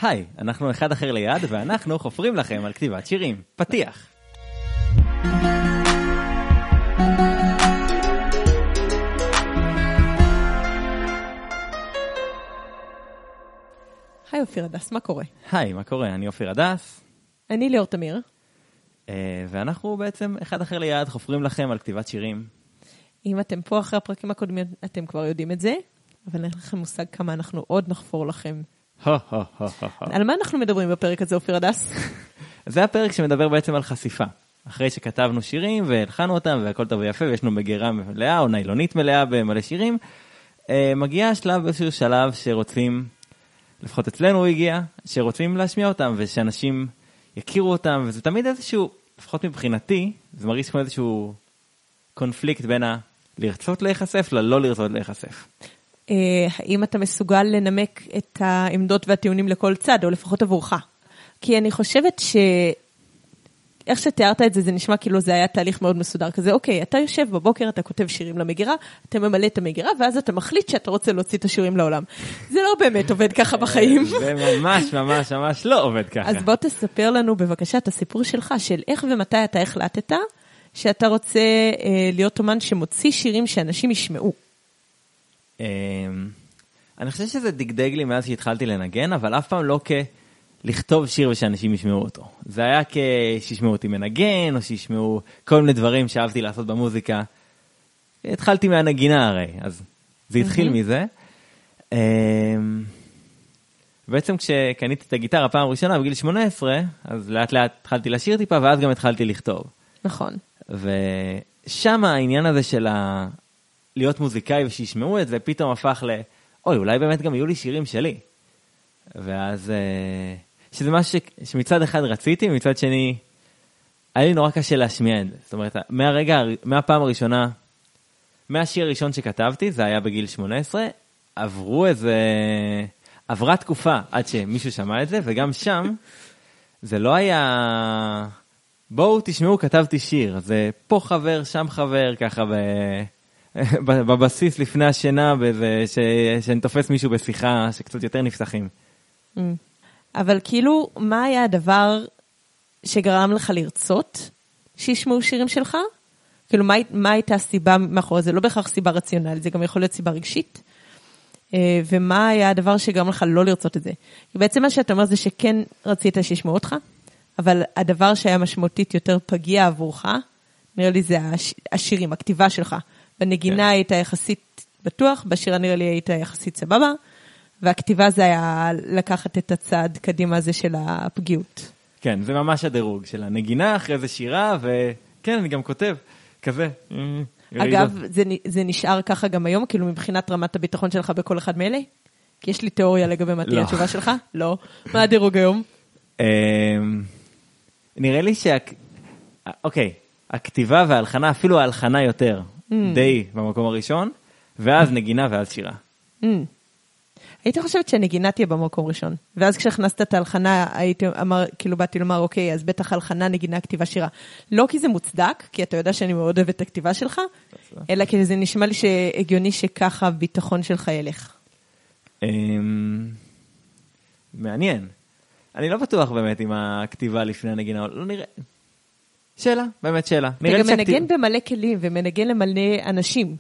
היי, אנחנו אחד אחר ליד, ואנחנו חופרים לכם על כתיבת שירים. פתיח. היי אופיר הדס, מה קורה? היי, מה קורה? אני אופיר הדס. אני ליאור תמיר. ואנחנו בעצם אחד אחר ליד חופרים לכם על כתיבת שירים. אם אתם פה אחרי הפרקים הקודמים, אתם כבר יודעים את זה, אבל אין לכם מושג כמה אנחנו עוד נחפור לכם. על מה אנחנו מדברים בפרק הזה, אופיר הדס? זה הפרק שמדבר בעצם על חשיפה. אחרי שכתבנו שירים והלחנו אותם והכל טוב ויפה, ויש לנו מגירה מלאה או ניילונית מלאה במלא שירים, מגיע השלב באיזשהו שלב שרוצים, לפחות אצלנו הוא הגיע, שרוצים להשמיע אותם ושאנשים יכירו אותם, וזה תמיד איזשהו, לפחות מבחינתי, זה מרגיש כמו איזשהו קונפליקט בין לרצות להיחשף ללא לרצות להיחשף. האם אתה מסוגל לנמק את העמדות והטיעונים לכל צד, או לפחות עבורך? כי אני חושבת איך שתיארת את זה, זה נשמע כאילו זה היה תהליך מאוד מסודר כזה. אוקיי, אתה יושב בבוקר, אתה כותב שירים למגירה, אתה ממלא את המגירה, ואז אתה מחליט שאתה רוצה להוציא את השירים לעולם. זה לא באמת עובד ככה בחיים. זה ממש ממש ממש לא עובד ככה. אז בוא תספר לנו בבקשה את הסיפור שלך, של איך ומתי אתה החלטת, שאתה רוצה להיות אומן שמוציא שירים שאנשים ישמעו. אני חושב שזה דגדג לי מאז שהתחלתי לנגן, אבל אף פעם לא לכתוב שיר ושאנשים ישמעו אותו. זה היה שישמעו אותי מנגן, או שישמעו כל מיני דברים שאהבתי לעשות במוזיקה. התחלתי מהנגינה הרי, אז זה התחיל מזה. בעצם כשקניתי את הגיטרה פעם ראשונה, בגיל 18, אז לאט לאט התחלתי לשיר טיפה, ואז גם התחלתי לכתוב. נכון. ושם העניין הזה של להיות מוזיקאי ושישמעו את זה, פתאום הפך אוי, אולי באמת גם יהיו לי שירים שלי. ואז, שזה משהו שמצד אחד רציתי, מצד שני, היה לי נורא קשה להשמיע את זה. זאת אומרת, מהפעם הראשונה, מהשיר הראשון שכתבתי, זה היה בגיל 18, עברה תקופה עד שמישהו שמע את זה, וגם שם, זה לא היה, בואו תשמעו, כתבתי שיר. זה פה חבר, שם חבר, ככה בבסיס לפני השינה, שאני תופס מישהו בשיחה שקצת יותר נפתחים. אבל כאילו, מה היה הדבר שגרם לך לרצות שישמעו שירים שלך? כאילו, מה הייתה הסיבה מאחורי זה? לא בהכרח סיבה רציונלית, זה גם יכול להיות סיבה רגשית. ומה היה הדבר שגרם לך לא לרצות את זה? כי בעצם מה שאתה אומר זה שכן רצית שישמעו אותך, אבל הדבר שהיה משמעותית יותר פגיע עבורך, נראה לי זה השירים, הכתיבה שלך. בנגינה היית יחסית בטוח, בשירה נראה לי היית יחסית סבבה, והכתיבה זה היה לקחת את הצעד קדימה הזה של הפגיעות. כן, זה ממש הדירוג של הנגינה, אחרי זה שירה, וכן, אני גם כותב, כזה. אגב, זה נשאר ככה גם היום, כאילו מבחינת רמת הביטחון שלך בכל אחד מאלה? כי יש לי תיאוריה לגבי מתי התשובה שלך? לא. מה הדירוג היום? נראה לי אוקיי, הכתיבה וההלחנה, אפילו ההלחנה יותר, די במקום הראשון, ואז נגינה ואז שירה. הייתי חושבת שנגינה תהיה במקום ראשון, ואז כשהכנסת את ההלחנה, כאילו באתי לומר, אוקיי, אז בטח הלחנה, נגינה, כתיבה, שירה. לא כי זה מוצדק, כי אתה יודע שאני מאוד אוהבת את הכתיבה שלך, אלא כי זה נשמע לי שהגיוני שככה ביטחון שלך ילך. מעניין. אני לא בטוח באמת עם הכתיבה לפני הנגינה, לא נראה. שאלה, באמת שאלה. אתה גם מנגן במלא כלים, ומנגן למלא אנשים.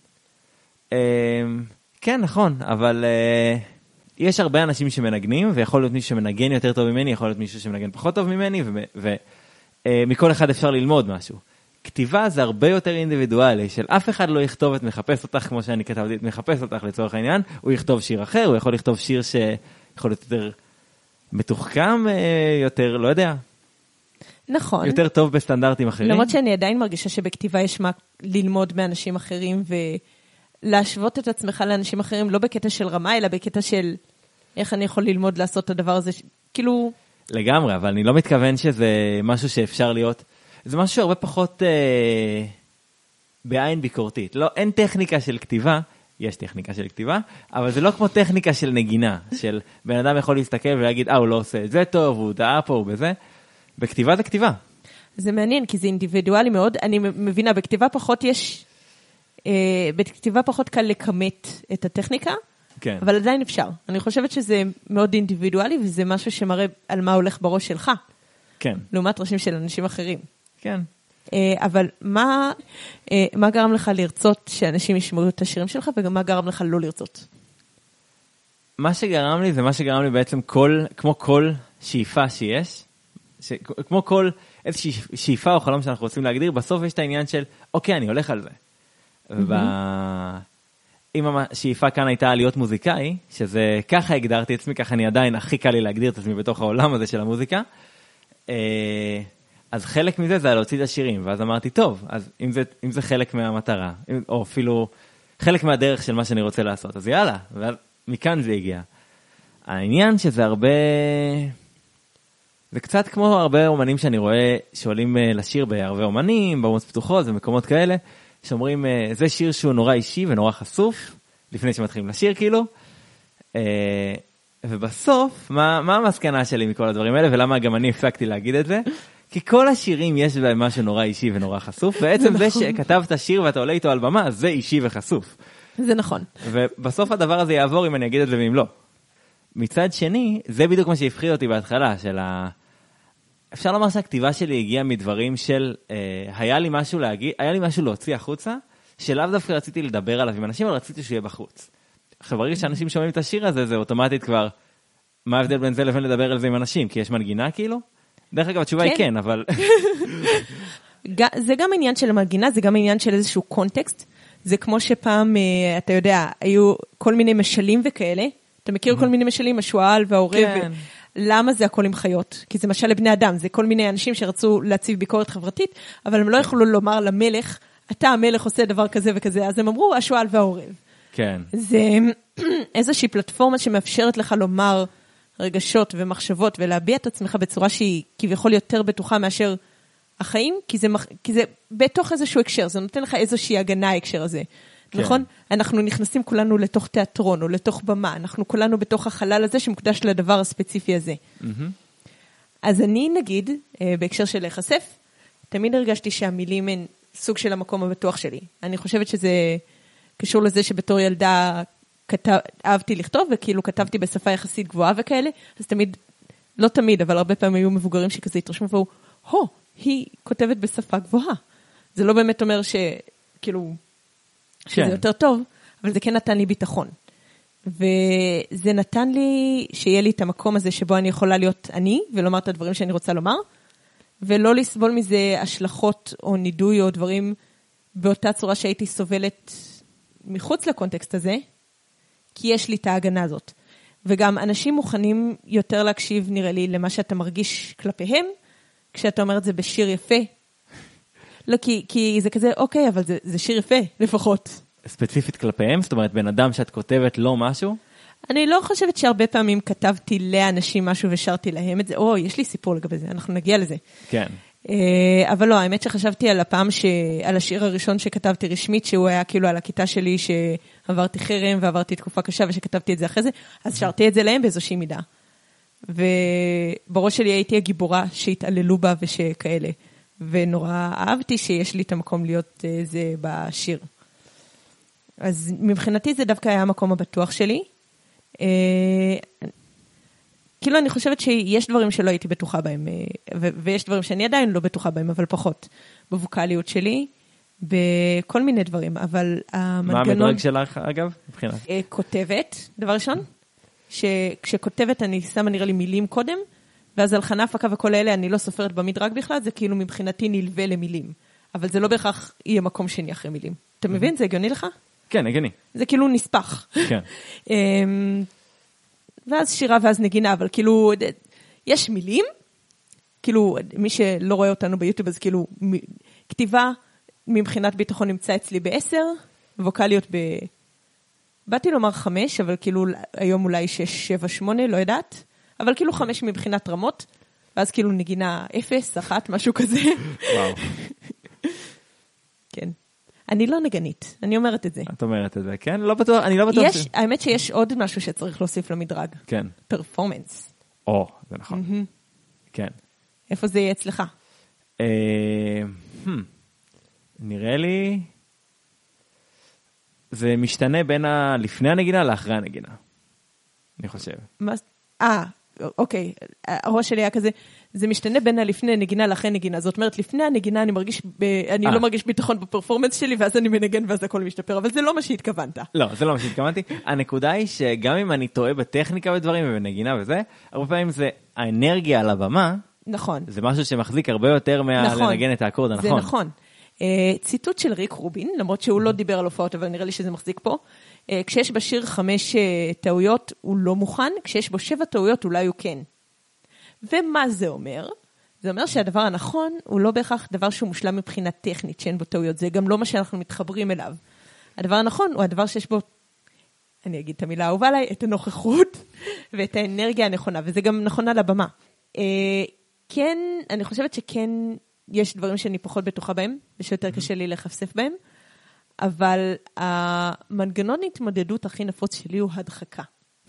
כן, נכון, אבל יש הרבה אנשים שמנגנים, ויכול להיות מישהו שמנגן יותר טוב ממני, יכול להיות מישהו שמנגן פחות טוב ממני, ומכל אחד אפשר ללמוד משהו. כתיבה זה הרבה יותר אינדיבידואלי, של אף אחד לא יכתוב את מחפש אותך, כמו שאני כתבתי את מחפש אותך לצורך העניין, הוא יכתוב שיר אחר, הוא יכול לכתוב שיר שיכול להיות יותר מתוחכם, יותר, לא יודע. נכון. יותר טוב בסטנדרטים אחרים. למרות שאני עדיין מרגישה שבכתיבה יש מה ללמוד מאנשים אחרים, להשוות את עצמך לאנשים אחרים, לא בקטע של רמה, אלא בקטע של איך אני יכול ללמוד לעשות את הדבר הזה, כאילו... לגמרי, אבל אני לא מתכוון שזה משהו שאפשר להיות, זה משהו הרבה פחות בעין ביקורתית. לא, אין טכניקה של כתיבה, יש טכניקה של כתיבה, אבל זה לא כמו טכניקה של נגינה, של בן אדם יכול להסתכל ולהגיד, הוא לא עושה את זה טוב, הוא טעה פה, הוא בזה. בכתיבה זה כתיבה. זה מעניין, כי זה אינדיבידואלי מאוד, אני מבינה, בכתיבה פחות קל לכמת את הטכניקה, כן. אבל עדיין אפשר. אני חושבת שזה מאוד אינדיבידואלי, וזה משהו שמראה על מה הולך בראש שלך. כן. לעומת ראשים של אנשים אחרים. כן. אבל מה גרם לך לרצות שאנשים ישמעו את השירים שלך, וגם מה גרם לך לא לרצות? מה שגרם לי, זה מה שגרם לי בעצם כמו כל שאיפה שיש, כמו כל איזושהי שאיפה או חלום שאנחנו רוצים להגדיר, בסוף יש את העניין של, אוקיי, אני הולך על זה. אם השאיפה כאן הייתה להיות מוזיקאי, שזה ככה הגדרתי את עצמי, ככה אני עדיין הכי קל לי להגדיר את עצמי בתוך העולם הזה של המוזיקה, אז חלק מזה זה להוציא את השירים, ואז אמרתי, טוב, אז אם זה חלק מהמטרה, או אפילו חלק מהדרך של מה שאני רוצה לעשות, אז יאללה, ומכאן זה הגיע. העניין שזה הרבה, זה קצת כמו הרבה אומנים שאני רואה שעולים לשיר בהרבה אומנים, במות פתוחות ומקומות כאלה, שאומרים, זה שיר שהוא נורא אישי ונורא חשוף, לפני שמתחילים לשיר כאילו, ובסוף, מה המסקנה שלי מכל הדברים האלה, ולמה גם אני הפסקתי להגיד את זה? כי כל השירים יש בהם משהו נורא אישי ונורא חשוף, ועצם זה שכתבת שיר ואתה עולה איתו על במה, זה אישי וחשוף. זה נכון. ובסוף הדבר הזה יעבור אם אני אגיד את זה ואם לא. מצד שני, זה בדיוק מה שהפחיד אותי בהתחלה, אפשר לומר שהכתיבה שלי הגיעה מדברים של, היה לי משהו להגיד, היה לי משהו להוציא החוצה, שלאו דווקא רציתי לדבר עליו עם אנשים, אבל רציתי שהוא יהיה בחוץ. עכשיו, ברגע שאנשים שומעים את השיר הזה, זה אוטומטית כבר, מה ההבדל בין זה לבין לדבר על זה עם אנשים? כי יש מנגינה כאילו? דרך אגב, התשובה היא כן, אבל... זה גם עניין של המנגינה, זה גם עניין של איזשהו קונטקסט. זה כמו שפעם, אתה יודע, היו כל מיני משלים וכאלה. אתה מכיר כל מיני משלים, השועל והעורב. כן. למה זה הכל עם חיות? כי זה משל לבני אדם, זה כל מיני אנשים שרצו להציב ביקורת חברתית, אבל הם לא יכלו לומר למלך, אתה המלך עושה דבר כזה וכזה, אז הם אמרו, השועל והעורב. כן. זה איזושהי פלטפורמה שמאפשרת לך לומר רגשות ומחשבות, ולהביע את עצמך בצורה שהיא כביכול יותר בטוחה מאשר החיים, כי זה בתוך איזשהו הקשר, זה נותן לך איזושהי הגנה ההקשר הזה. כן. נכון? אנחנו נכנסים כולנו לתוך תיאטרון, או לתוך במה, אנחנו כולנו בתוך החלל הזה שמוקדש לדבר הספציפי הזה. אז אני נגיד, בהקשר של להיחשף, תמיד הרגשתי שהמילים הן סוג של המקום הבטוח שלי. אני חושבת שזה קשור לזה שבתור ילדה אהבתי לכתוב, וכאילו כתבתי בשפה יחסית גבוהה וכאלה, אז תמיד, לא תמיד, אבל הרבה פעמים היו מבוגרים שכזה התרשמו והוא, היא כותבת בשפה גבוהה. זה לא באמת אומר שכאילו, שזה יותר טוב, אבל זה כן נתן לי ביטחון. וזה נתן לי שיהיה לי את המקום הזה שבו אני יכולה להיות אני, ולומר את הדברים שאני רוצה לומר, ולא לסבול מזה השלכות או נידוי או דברים באותה צורה שהייתי סובלת מחוץ לקונטקסט הזה, כי יש לי את ההגנה הזאת. וגם אנשים מוכנים יותר להקשיב, נראה לי, למה שאתה מרגיש כלפיהם, כשאתה אומר את זה בשיר יפה. לא, כי זה כזה, אוקיי, אבל זה שיר יפה, לפחות. ספציפית כלפיהם? זאת אומרת, בן אדם שאת כותבת לא משהו? אני לא חושבת שהרבה פעמים כתבתי לאנשים משהו ושרתי להם את זה. יש לי סיפור לגבי זה, אנחנו נגיע לזה. כן. אבל לא, האמת שחשבתי על הפעם על השיר הראשון שכתבתי רשמית, שהוא היה כאילו על הכיתה שלי שעברתי חרם ועברתי תקופה קשה ושכתבתי את זה אחרי זה, אז שרתי את זה להם באיזושהי מידה. ובראש שלי הייתי הגיבורה שהתעללו בה ושכאלה. ונורא אהבתי שיש לי את המקום להיות זה בשיר. אז מבחינתי זה דווקא היה המקום הבטוח שלי. כאילו אני חושבת שיש דברים שלא הייתי בטוחה בהם, ויש דברים שאני עדיין לא בטוחה בהם, אבל פחות. בווקליות שלי, בכל מיני דברים, אבל המנגנון... מה המדרג שלך, אגב? מבחינת? כותבת, דבר ראשון, שכשכותבת אני שמה נראה לי מילים קודם, ואז על חנף, הקו וכל אלה אני לא סופרת במדרג בכלל, זה כאילו מבחינתי נלווה למילים. אבל זה לא בהכרח יהיה מקום שני אחרי מילים. אתה מבין? זה הגיוני לך? כן, הגיוני. זה כאילו נספח. כן. ואז שירה ואז נגינה, אבל כאילו, יש מילים, כאילו, מי שלא רואה אותנו ביוטיוב, אז כאילו, כתיבה מבחינת ביטחון נמצא אצלי ב10, ווקליות באתי לומר 5, אבל כאילו, היום אולי 6, 7, 8, לא יודעת, אבל כאילו 5 מבחינת רמות, ואז כאילו נגינה 0, 1, משהו כזה. וואו. כן. אני לא נגנית, אני אומרת את זה. את אומרת את זה, כן? לא בטוח, אני לא בטוח. האמת שיש עוד משהו שצריך להוסיף למדרג. כן. פרפורמנס. זה נכון. כן. איפה זה יהיה אצלך? נראה לי... זה משתנה בין לפני הנגינה לאחרי הנגינה, אני חושב. אוקיי, הראש שלי היה כזה, זה משתנה בין הלפני נגינה לאחרי נגינה, זאת אומרת, לפני הנגינה אני לא מרגיש ביטחון בפרפורמנס שלי, ואז אני מנגן ואז הכל משתפר, אבל זה לא מה שהתכוונת. לא, זה לא מה שהתכוונתי. הנקודה היא שגם אם אני טועה בטכניקה ודברים ובנגינה וזה, הרבה פעמים זה האנרגיה על הבמה, נכון. זה משהו שמחזיק הרבה יותר לנגן את האקורד, נכון? זה נכון. ציטוט של ריק רובין, למרות שהוא לא דיבר על הופעות, אבל נראה לי שזה מחזיק פה. כשיש בשיר 5 טעויות, הוא לא מוכן, כשיש בו 7 טעויות, אולי הוא כן. ומה זה אומר? זה אומר שהדבר הנכון, הוא לא בהכרח דבר שהוא מושלם מבחינה טכנית, שאין בו טעויות. זה גם לא מה שאנחנו מתחברים אליו. הדבר הנכון הוא הדבר שיש בו, אני אגיד את המילה האהובה עליי, את הנוכחות ואת האנרגיה הנכונה, וזה גם נכון על הבמה. כן, אני חושבת שכן יש דברים שאני פחות בטוחה בהם, ושיותר קשה לי לחפשף בהם, אבל המנגנון התמודדות הכי נפוץ שלי הוא הדחקה.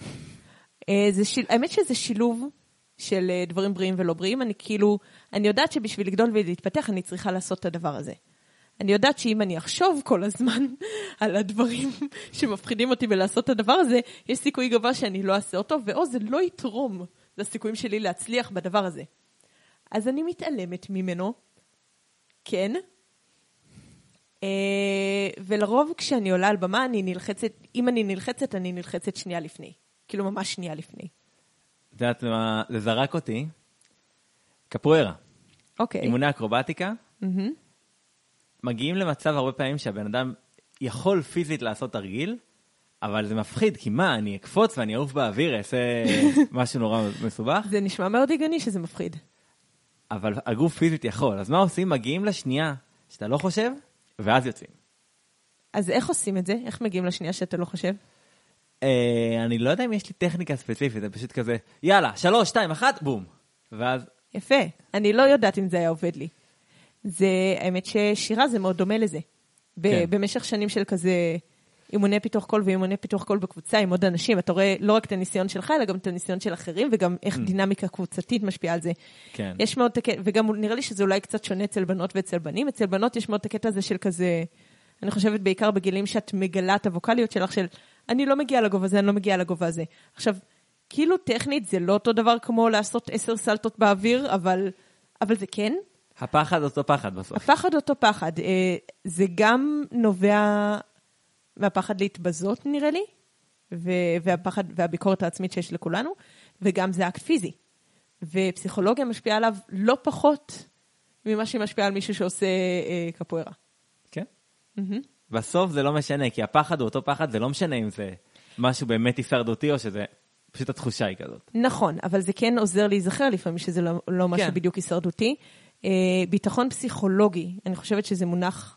האמת שזה שילוב של דברים בריאים ולא בריאים, אני יודעת שבשביל לגדול ולהתפתח אני צריכה לעשות את הדבר הזה. אני יודעת שאם אני אחשוב כל הזמן על הדברים שמפחידים אותי בלעשות את הדבר הזה, יש סיכוי גבוה שאני לא אעשה אותו, ואו זה לא יתרום לסיכויים שלי להצליח בדבר הזה. אז אני מתעלמת ממנו, כן, ולרוב כשאני עולה על במה, אם אני נלחצת, אני נלחצת שנייה לפני. כאילו ממש שנייה לפני. את יודעת מה, זה זרק אותי, קפוארה. אוקיי. אימוני אקרובטיקה, מגיעים למצב הרבה פעמים שהבן אדם יכול פיזית לעשות תרגיל, אבל זה מפחיד, כי מה, אני אקפוץ ואני אעוף באוויר, אעשה משהו נורא מסובך. זה נשמע מאוד היגני שזה מפחיד. אבל הגוף פיזית יכול. אז מה עושים? מגיעים לשנייה שאתה לא חושב, ואז יוצאים. אז איך עושים את זה? איך מגיעים לשנייה שאתה לא חושב? אני לא יודע אם יש לי טכניקה ספציפית, זה פשוט כזה, יאללה, 3, 2, 1, בום. ואז... יפה. אני לא יודעת אם זה היה עובד לי. זה, האמת ששירה זה מאוד דומה לזה. כן. במשך שנים של כזה אימוני פיתוח קול ואימוני פיתוח קול בקבוצה עם עוד אנשים, אתה רואה לא רק את הניסיון שלך, אלא גם את הניסיון של אחרים, וגם איך דינמיקה קבוצתית משפיעה על זה. כן. יש מאוד, וגם נראה לי שזה אולי קצת שונה אצל בנות ואצל בנים. אצל בנות יש מאוד את הקטע הזה של כזה, אני חושבת בעיקר בגילים שאת מגלה את הווקליות שלך של, אני לא מגיעה לגובה הזה, אני לא מגיעה לגובה הזה. עכשיו, כאילו טכנית זה לא אותו דבר כמו לעשות 10 סלטות באוויר, אבל זה כן. הפחד אותו פחד בסוף. הפחד אותו פחד. זה גם נובע מהפחד להתבזות, נראה לי, והפחד והביקורת העצמית שיש לכולנו, וגם זה אקט פיזי. ופסיכולוגיה משפיעה עליו לא פחות ממה שהיא משפיעה על מישהו שעושה קפוארה. כן. בסוף זה לא משנה, כי הפחד הוא אותו פחד, זה לא משנה אם זה משהו באמת הישרדותי, או שזה פשוט התחושה היא כזאת. נכון, אבל זה כן עוזר להיזכר לפעמים שזה לא משהו בדיוק הישרדותי. ביטחון פסיכולוגי, אני חושבת שזה מונח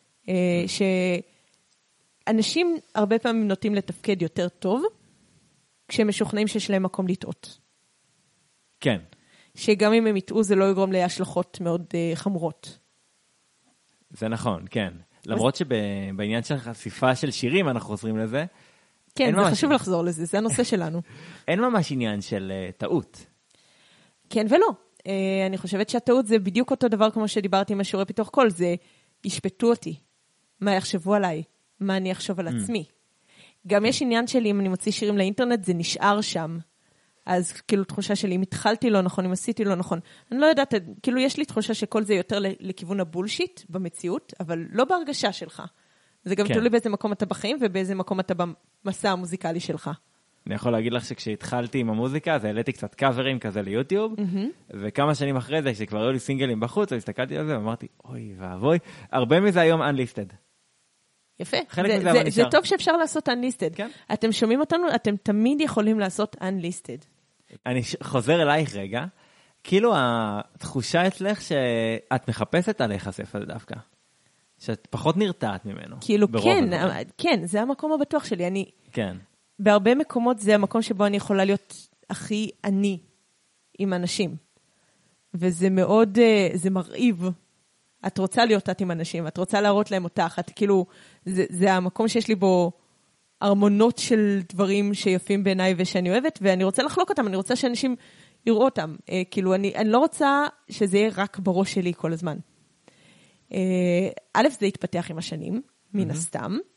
שאנשים הרבה פעמים נוטים לתפקד יותר טוב, כשהם משוכנעים שיש להם מקום לטעות. כן. שגם אם הם יטעו זה לא יגרום להשלכות מאוד חמורות. זה נכון, כן. למרות שבעניין של חשיפה של שירים אנחנו חוזרים לזה. כן, זה חשוב לחזור לזה, זה הנושא שלנו. אין ממש עניין של טעות. כן ולא. אני חושבת שהטעות זה בדיוק אותו דבר כמו שדיברתי עם השיעורי פיתוח קול, זה ישפטו אותי, מה יחשבו עליי, מה אני אחשוב על עצמי. גם יש עניין שלי, אם אני מוציא שירים לאינטרנט, זה נשאר שם. אז כאילו תחושה שלי, אם התחלתי לא נכון, אם עשיתי לא נכון. אני לא יודעת, כאילו יש לי תחושה שכל זה יותר לכיוון הבולשיט במציאות, אבל לא בהרגשה שלך. זה גם תלוי באיזה מקום אתה בחיים, ובאיזה מקום אתה במסע המוזיקלי שלך. אני יכול להגיד לך שכשהתחלתי עם המוזיקה, אז העליתי קצת קאברים כזה ליוטיוב, וכמה שנים אחרי זה, כשכבר היו לי סינגלים בחוץ, אז הסתכלתי על זה ואמרתי, אוי ואבוי, הרבה מזה היום unlisted. יפה, זה טוב שאפשר לעשות unlisted. כן. אתם שומעים אותנו, אתם תמיד יכולים לעשות unlisted. אני חוזר אלייך רגע, כאילו התחושה אצלך שאת מחפשת על להיחשף על דווקא, שאת פחות נרתעת ממנו. כאילו כן, זה המקום הבטוח שלי, כן. בהרבה מקומות זה המקום שבו אני יכולה להיות הכי עני עם אנשים. וזה מאוד, זה מרעיב. את רוצה להיות את עם אנשים, את רוצה להראות להם אותך, את כאילו, זה המקום שיש לי בו ארמונות של דברים שיפים בעיניי ושאני אוהבת, ואני רוצה לחלוק אותם, אני רוצה שאנשים יראו אותם. כאילו, אני לא רוצה שזה יהיה רק בראש שלי כל הזמן. א', זה יתפתח עם השנים, מן הסתם.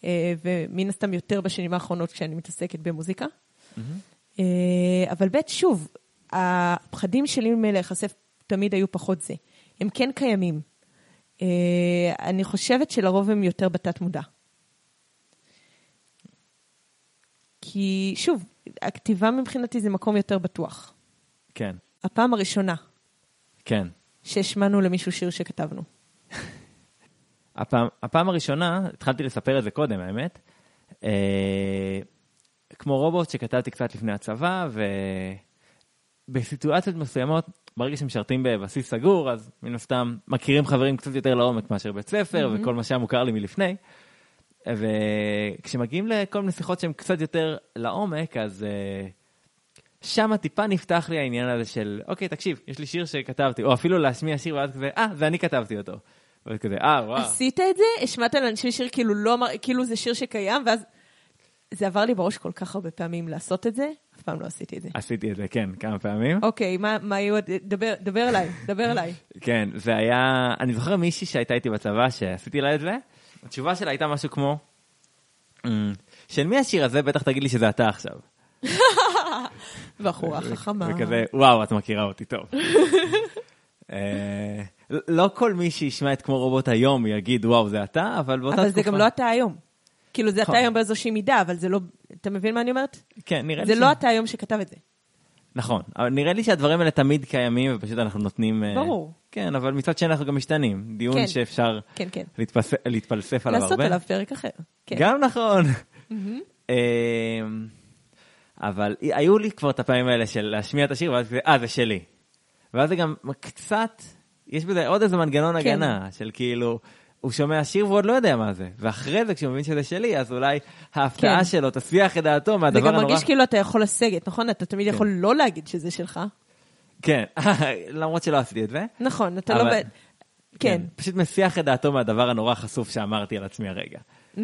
ומן הסתם יותר בשנים האחרונות כשאני מתעסקת במוזיקה. אבל ב' שוב, הפחדים שלי מלהיחשף תמיד היו פחות זה. הם כן קיימים. אני חושבת שלרוב הם יותר בתת מודע. כי שוב, הכתיבה מבחינתי זה מקום יותר בטוח. כן. הפעם הראשונה. כן. שהשמענו למישהו שיר שכתבנו. הפעם הראשונה, התחלתי לספר את זה קודם, האמת, כמו רובוט שכתבתי קצת לפני הצבא, ובסיטואציות מסוימות, ברגע שמשרתים בבסיס סגור, אז מן הסתם מכירים חברים קצת יותר לעומק מאשר בית ספר, וכל מה שהיה מוכר לי מלפני. וכשמגיעים לכל מיני שיחות שהן קצת יותר לעומק, אז שם טיפה נפתח לי העניין הזה של, אוקיי, תקשיב, יש לי שיר שכתבתי, או אפילו להשמיע שיר, ואז כזה, זה אני כתבתי אותו. ואז כזה, וואו. עשית את זה? השמעת לאנשים שיר כאילו זה שיר שקיים, ואז זה עבר לי בראש כל כך הרבה פעמים לעשות את זה, אף פעם לא עשיתי את זה. עשיתי את זה, כן, כמה פעמים. אוקיי, מה היו, דבר אליי. כן, זה היה, אני זוכר מישהי שהייתה איתי בצבא, שעשיתי לה את זה, התשובה שלה הייתה משהו כמו, של מי השיר הזה? בטח תגיד לי שזה אתה עכשיו. בחורה חכמה. וכזה, וואו, את מכירה אותי טוב. לא כל מי שישמע את כמו רובוט היום יגיד, וואו, זה אתה, אבל באותה תקופה... אבל זה גם לא אתה היום. כאילו, זה אתה היום באיזושהי מידה, אבל זה לא... אתה מבין מה אני אומרת? כן, נראה לי זה לא אתה היום שכתב את זה. נכון, אבל נראה לי שהדברים האלה תמיד קיימים, ופשוט אנחנו נותנים... ברור. כן, אבל מצד שני אנחנו גם משתנים. דיון שאפשר להתפלסף עליו הרבה. לעשות עליו פרק אחר. גם נכון. אבל היו לי כבר את הפעמים האלה של להשמיע את השיר, ואז זה שלי. ואז זה גם קצת, יש בזה עוד איזה מנגנון הגנה, של כאילו, הוא שומע שיר והוא עוד לא יודע מה זה. ואחרי זה, כשהוא מבין שזה שלי, אז אולי ההפתעה שלו תסיח את דעתו מהדבר הנורא. זה גם מרגיש כאילו אתה יכול לסגת, נכון? אתה תמיד יכול לא להגיד שזה שלך. כן, למרות שלא עשיתי את זה. נכון, אתה לא... כן. פשוט מסיח את דעתו מהדבר הנורא חשוף שאמרתי על עצמי הרגע.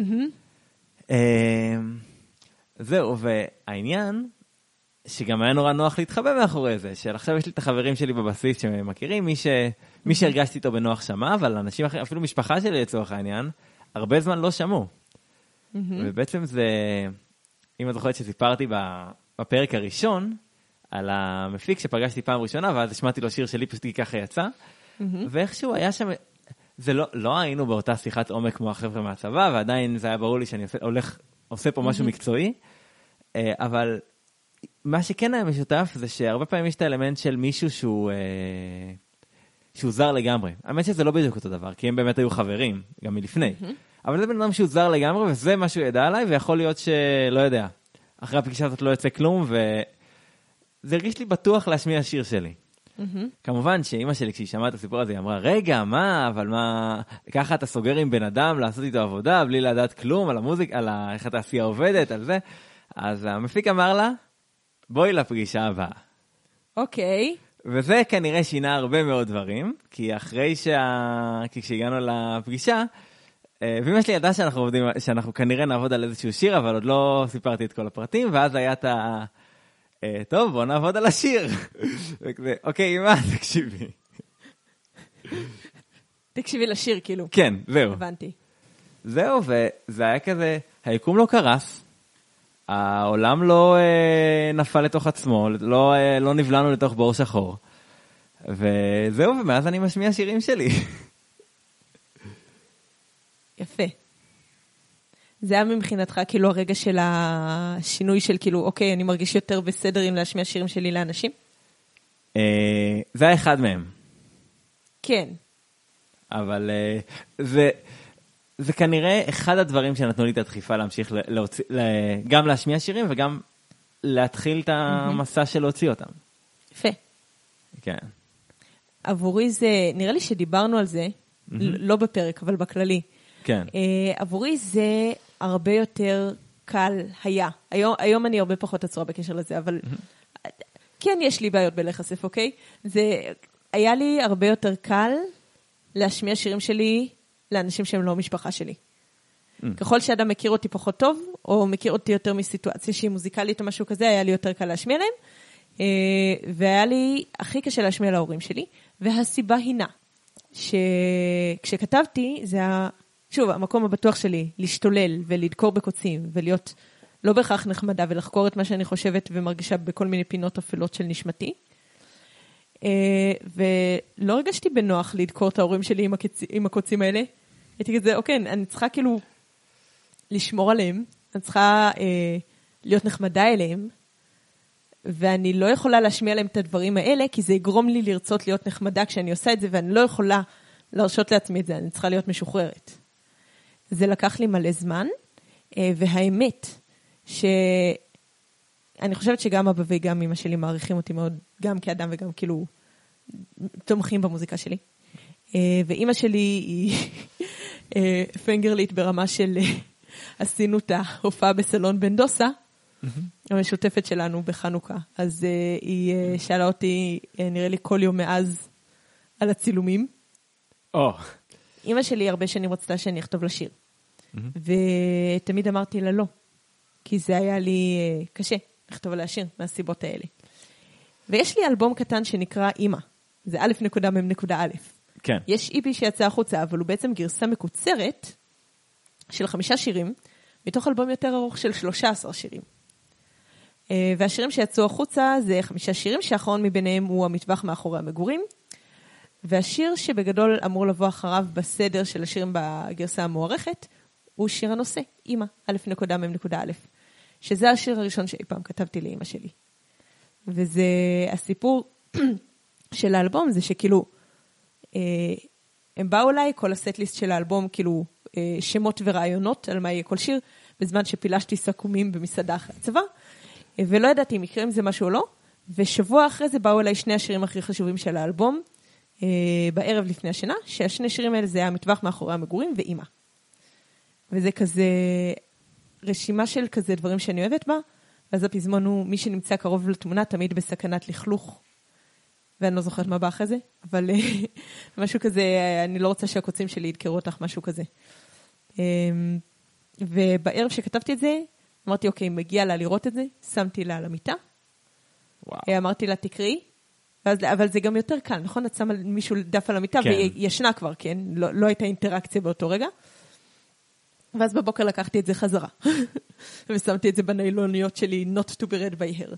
זהו, והעניין, שגם היה נורא נוח להתחבא מאחורי זה, שעכשיו יש לי את החברים שלי בבסיס שמכירים, מי שהרגשתי איתו בנוח שמע, אבל אנשים אחרים, אפילו משפחה שלי לצורך העניין, הרבה זמן לא שמעו. ובעצם זה, אם את זוכרת שסיפרתי בפרק הראשון, על המפיק שפגשתי פעם ראשונה, ואז השמעתי לו שיר שלי, פשוט ככה יצא, ואיכשהו היה שם, זה לא היינו באותה שיחת עומק כמו החבר'ה מהצבא, ועדיין זה היה ברור לי שאני עושה פה משהו מקצועי, אבל מה שכן היה משותף זה שהרבה פעמים יש את האלמנט של מישהו שהוא זר לגמרי. האמת שזה לא בדיוק אותו דבר, כי הם באמת היו חברים, גם מלפני. אבל זה בן אדם שהוא זר לגמרי, וזה מה שהוא ידע עליי, ויכול להיות שלא יודע. אחרי הפגישה הזאת לא יוצא כלום, וזה הרגיש לי בטוח להשמיע שיר שלי. כמובן שאמא שלי, כשהיא שמעה את הסיפור הזה, היא אמרה, רגע, אבל מה, ככה אתה סוגר עם בן אדם לעשות איתו עבודה, בלי לדעת כלום על המוזיקה, על איך התעשייה עובדת, על זה. אז המפיק אמר לה, בואי לפגישה הבאה. אוקיי. וזה כנראה שינה הרבה מאוד דברים, כי אחרי כשהגענו לפגישה, ואמא שלי ידעה שאנחנו כנראה נעבוד על איזשהו שיר, אבל עוד לא סיפרתי את כל הפרטים, ואז היה את טוב, בוא נעבוד על השיר. אוקיי, אמא, תקשיבי. תקשיבי לשיר, כאילו. כן, זהו. הבנתי. זהו, וזה היה כזה, היקום לא קרס, העולם לא נפל לתוך עצמו, לא נבלענו לתוך בור שחור. וזהו, ומאז אני משמיע שירים שלי. יפה. זה היה מבחינתך כאילו הרגע של השינוי של כאילו, אוקיי, אני מרגיש יותר בסדר עם להשמיע שירים שלי לאנשים? זה היה אחד מהם. כן. אבל זה כנראה אחד הדברים שנתנו לי את הדחיפה להמשיך גם להשמיע שירים וגם להתחיל את המסע של להוציא אותם. יפה. כן. עבורי זה, נראה לי שדיברנו על זה, לא בפרק, אבל בכללי. כן. עבורי זה הרבה יותר קל היה. היום אני הרבה פחות עצורה בקשר לזה, אבל כן יש לי בעיות בלחשף, אוקיי? זה היה לי הרבה יותר קל להשמיע שירים שלי לאנשים שהם לא משפחה שלי. ככל שאדם מכיר אותי פחות טוב, או מכיר אותי יותר מסיטואציה שהיא מוזיקלית או משהו כזה, היה לי יותר קל להשמיע להם, והיה לי הכי קשה להשמיע להורים שלי, והסיבה הינה, שכשכתבתי, זה היה שוב, המקום הבטוח שלי, להשתולל ולדקור בקוצים, ולהיות לא בהכרח נחמדה, ולחקור את מה שאני חושבת ומרגישה בכל מיני פינות אפלות של נשמתי. ולא הרגשתי בנוח לדקור את ההורים שלי עם הקוצים האלה. הייתי כזה, אוקיי, אני צריכה כאילו לשמור עליהם, אני צריכה להיות נחמדה אליהם, ואני לא יכולה להשמיע להם את הדברים האלה, כי זה יגרום לי לרצות להיות נחמדה כשאני עושה את זה, ואני לא יכולה להרשות לעצמי את זה, אני צריכה להיות משוחררת. זה לקח לי מלא זמן, והאמת שאני חושבת שגם אבא וגם אמא שלי מעריכים אותי מאוד, גם כאדם וגם כאילו תומכים במוזיקה שלי. ואמא שלי היא פנגרלית ברמה של עשינו את ההופעה בסלון בן דוסה, המשותפת שלנו בחנוכה. אז היא שאלה אותי, נראה לי כל יום מאז, על הצילומים. אמא שלי הרבה שנים רצתה שאני אכתוב לשיר. ותמיד אמרתי לה לא, כי זה היה לי קשה לכתוב עליה שיר מהסיבות האלה. ויש לי אלבום קטן שנקרא אמא. זה א'.מ'.א'. כן. יש איפי שיצא החוצה, אבל הוא בעצם גרסה מקוצרת של 5 שירים, מתוך אלבום יותר ארוך של 13 שירים. והשירים שיצאו החוצה זה 5 שירים, שהאחרון מביניהם הוא המטווח מאחורי המגורים, והשיר שבגדול אמור לבוא אחריו בסדר של השירים בגרסה המוערכת, הוא שיר הנושא, אמא, א'.מ'.א', שזה השיר הראשון שאי פעם כתבתי לאמא שלי. וזה הסיפור של האלבום, זה שכאילו, הם באו אליי, כל הסט-ליסט של האלבום, כאילו, שמות ורעיונות על מה יהיה כל שיר, בזמן שפילשתי סכומים במסעדה אחרי הצבא, ולא ידעתי אם יקרה עם זה משהו או לא, ושבוע אחרי זה באו אליי 2 השירים הכי חשובים של האלבום, בערב לפני השינה, שהשני שירים האלה זה היה המטווח מאחורי המגורים ואמא. וזה כזה רשימה של כזה דברים שאני אוהבת בה, ואז הפזמון הוא מי שנמצא קרוב לתמונה תמיד בסכנת לכלוך, ואני לא זוכרת מה בא אחרי זה, אבל משהו כזה, אני לא רוצה שהקוצים שלי ידקרו אותך, משהו כזה. ובערב שכתבתי את זה, אמרתי, אוקיי, מגיע לה לראות את זה, שמתי לה על המיטה, אמרתי לה, תקראי, אבל זה גם יותר קל, נכון? את שמה מישהו דף על המיטה, והיא ישנה כבר, כן? לא הייתה אינטראקציה באותו רגע. ואז בבוקר לקחתי את זה חזרה, ושמתי את זה בניילוניות שלי, not to be read by her.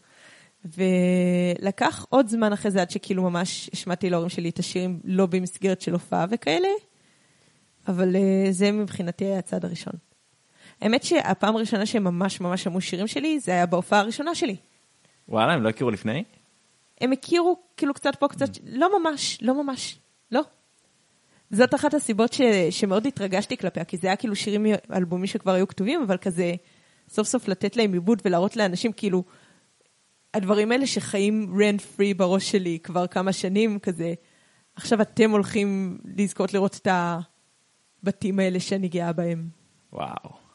ולקח עוד זמן אחרי זה, עד שכאילו ממש השמעתי להורים שלי את השירים, לא במסגרת של הופעה וכאלה, אבל זה מבחינתי היה הצעד הראשון. האמת שהפעם הראשונה שהם ממש ממש שמעו שירים שלי, זה היה בהופעה הראשונה שלי. וואלה, הם לא הכירו לפני? הם הכירו כאילו קצת פה, קצת, לא ממש, לא. זאת אחת הסיבות שמאוד התרגשתי כלפיה, כי זה היה כאילו שירים אלבומי שכבר היו כתובים, אבל כזה סוף סוף לתת להם עיבוד ולהראות לאנשים כאילו, הדברים האלה שחיים rent free בראש שלי כבר כמה שנים, כזה, עכשיו אתם הולכים לזכות לראות את הבתים האלה שאני גאה בהם. וואו.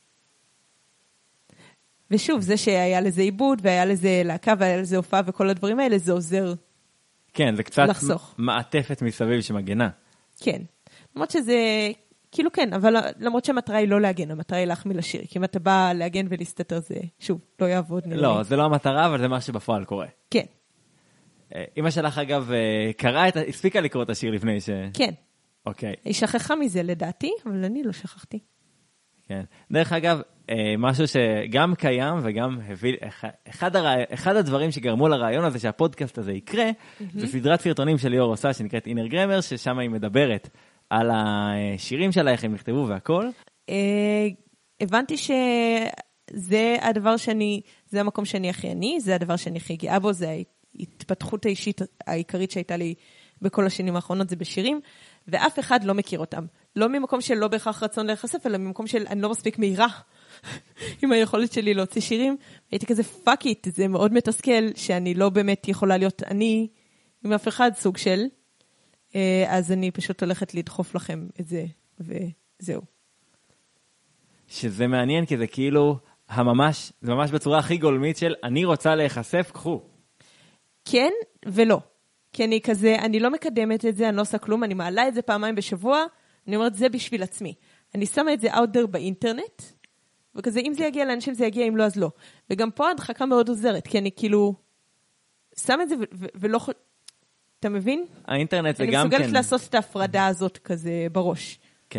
ושוב, זה שהיה לזה עיבוד, והיה לזה להקה, והיה לזה הופעה, וכל הדברים האלה, זה עוזר כן, זה קצת לחסוך. מעטפת מסביב שמגנה. כן. למרות שזה, כאילו כן, אבל למרות שהמטרה היא לא להגן, המטרה היא להחמיא לשיר. כי אם אתה בא להגן ולהסתתר, זה, שוב, לא יעבוד. לא, זה לא המטרה, אבל זה מה שבפועל קורה. כן. אמא שלך, אגב, הספיקה לקרוא את השיר לפני ש... כן. אוקיי. היא שכחה מזה לדעתי, אבל אני לא שכחתי. כן. דרך אגב, משהו שגם קיים וגם הביא, אחד הדברים שגרמו לרעיון הזה שהפודקאסט הזה יקרה, זה סדרת סרטונים של ליאור עושה שנקראת אינר גרמר, ששם היא מדברת על השירים שלה, איך הם נכתבו והכל. הבנתי שזה הדבר זה המקום שאני הכי עני, זה הדבר שאני הכי גאה בו, זה ההתפתחות האישית העיקרית שהייתה לי בכל השנים האחרונות, זה בשירים, ואף אחד לא מכיר אותם. לא ממקום של לא בהכרח רצון להיחשף, אלא ממקום של אני לא מספיק מהירה עם היכולת שלי להוציא שירים. הייתי כזה fuck it, זה מאוד מתסכל שאני לא באמת יכולה להיות אני עם אף אחד סוג של, אז אני פשוט הולכת לדחוף לכם את זה, וזהו. שזה מעניין, כי זה כאילו זה ממש בצורה הכי גולמית של אני רוצה להיחשף, קחו. כן ולא. כי אני כזה, אני לא מקדמת את זה, אני לא עושה כלום, אני מעלה את זה פעמיים בשבוע, אני אומרת, זה בשביל עצמי. אני שמה את זה out there באינטרנט, וכזה, אם זה יגיע לאנשים, זה יגיע, אם לא, אז לא. וגם פה הדחקה מאוד עוזרת, כי אני כאילו, שם את זה ולא, אתה מבין? האינטרנט זה גם כן... אני מסוגלת לעשות את ההפרדה הזאת כזה בראש. כן.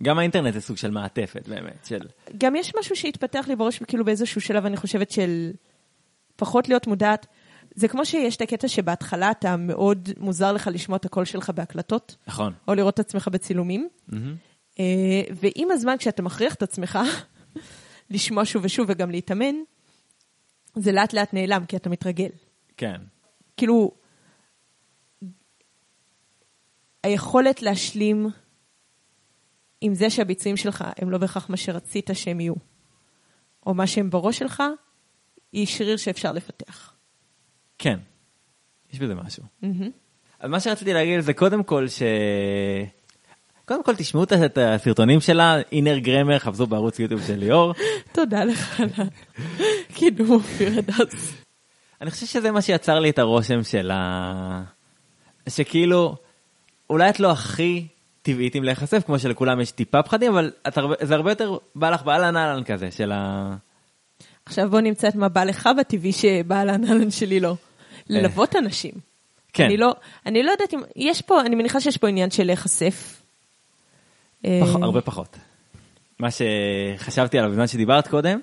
גם האינטרנט זה סוג של מעטפת, באמת, של... גם יש משהו שהתפתח לי בראש, כאילו באיזשהו שלב, אני חושבת של פחות להיות מודעת. זה כמו שיש את הקטע שבהתחלה אתה מאוד מוזר לך לשמוע את הקול שלך בהקלטות. נכון. או לראות את עצמך בצילומים. ועם הזמן, כשאתה מכריח את עצמך לשמוע שוב ושוב וגם להתאמן, זה לאט לאט נעלם, כי אתה מתרגל. כן. כאילו, היכולת להשלים עם זה שהביצועים שלך הם לא בהכרח מה שרצית שהם יהיו, או מה שהם בראש שלך, היא שריר שאפשר לפתח. כן, יש בזה משהו. אז מה שרציתי להגיד זה קודם כל קודם כל תשמעו את הסרטונים שלה, אינר גרמר, חפשו בערוץ יוטיוב של ליאור. תודה לך על הקידום אופיר הדס. אני חושב שזה מה שיצר לי את הרושם שכאילו, אולי את לא הכי טבעית עם להיחשף, כמו שלכולם יש טיפה פחדים, אבל זה הרבה יותר בא לך באלן אלן כזה של עכשיו בוא נמצא את מה בא לך בטבעי שבאלן אלן שלי לא. ללוות אנשים. כן. אני לא יודעת אם, יש פה, אני מניחה שיש פה עניין של להיחשף. הרבה פחות. מה שחשבתי עליו בזמן שדיברת קודם,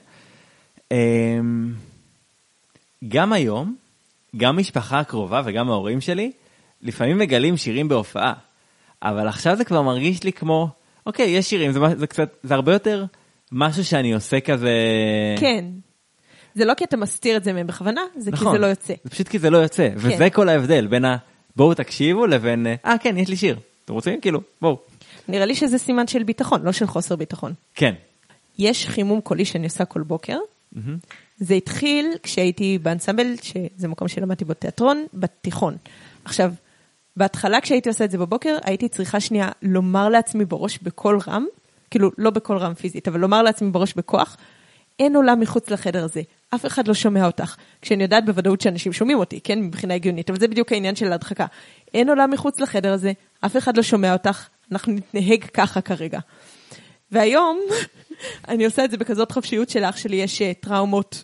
גם היום, גם משפחה הקרובה וגם ההורים שלי, לפעמים מגלים שירים בהופעה, אבל עכשיו זה כבר מרגיש לי כמו, אוקיי, יש שירים, זה הרבה יותר משהו שאני עושה כזה... כן. זה לא כי אתה מסתיר את זה מהם בכוונה, זה נכון, כי זה לא יוצא. זה פשוט כי זה לא יוצא, כן. וזה כל ההבדל בין בואו תקשיבו לבין, כן, יש לי שיר. אתם רוצים? כאילו, בואו. נראה לי שזה סימן של ביטחון, לא של חוסר ביטחון. כן. יש חימום קולי שאני עושה כל בוקר. זה התחיל כשהייתי באנסמבל, שזה מקום שלמדתי בו תיאטרון, בתיכון. עכשיו, בהתחלה כשהייתי עושה את זה בבוקר, הייתי צריכה שנייה לומר לעצמי בראש בכל רם, כאילו לא בכל רם פיזית, אבל לומר לעצמי בראש בכוח, אין עולם מחוץ לחדר הזה, אף אחד לא שומע אותך. כשאני יודעת בוודאות שאנשים שומעים אותי, כן, מבחינה הגיונית, אבל זה בדיוק העניין של ההדחקה. אין עולם מחוץ לחדר הזה, אף אחד לא שומע אותך, אנחנו נתנהג ככה כרגע. והיום, אני עושה את זה בכזאת חופשיות שלאח שלי יש טראומות.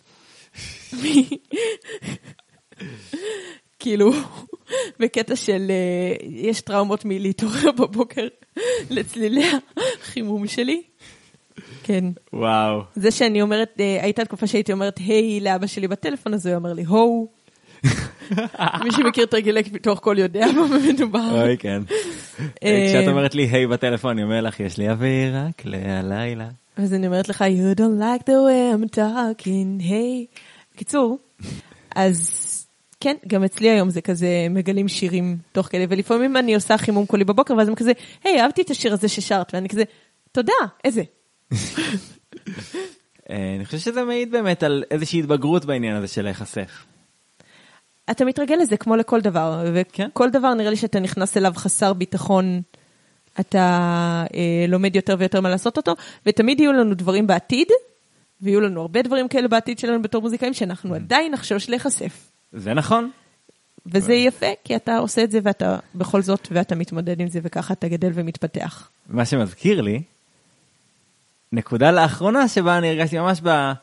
כאילו, בקטע של, יש טראומות מלהתעורר בבוקר לצלילי החימום שלי. כן. וואו. זה שאני אומרת, הייתה תקופה שהייתי אומרת, היי לאבא שלי בטלפון, אז הוא אומר לי, הו. מי שמכיר את רגילי פיתוח כל יודע מה מדובר. אוי, כן. כשאת אומרת לי, היי בטלפון, אני אומר לך, יש לי אוויר רק להלילה. אז אני אומרת לך, you don't like the way I'm talking, היי. בקיצור, אז כן, גם אצלי היום זה כזה מגלים שירים תוך כדי, ולפעמים אני עושה חימום קולי בבוקר, ואז אני כזה, היי, אהבתי את השיר הזה ששרת, ואני כזה, תודה, איזה. אני חושב שזה מעיד באמת על איזושהי התבגרות בעניין הזה של להיחשף. אתה מתרגל לזה כמו לכל דבר, וכל דבר נראה לי שאתה נכנס אליו חסר ביטחון, אתה לומד יותר ויותר מה לעשות אותו, ותמיד יהיו לנו דברים בעתיד, ויהיו לנו הרבה דברים כאלה בעתיד שלנו בתור מוזיקאים, שאנחנו עדיין נחשוש להיחשף. זה נכון. וזה יפה, כי אתה עושה את זה, ואתה בכל זאת, ואתה מתמודד עם זה, וככה אתה גדל ומתפתח. מה שמזכיר לי, נקודה לאחרונה שבה אני הרגשתי ממש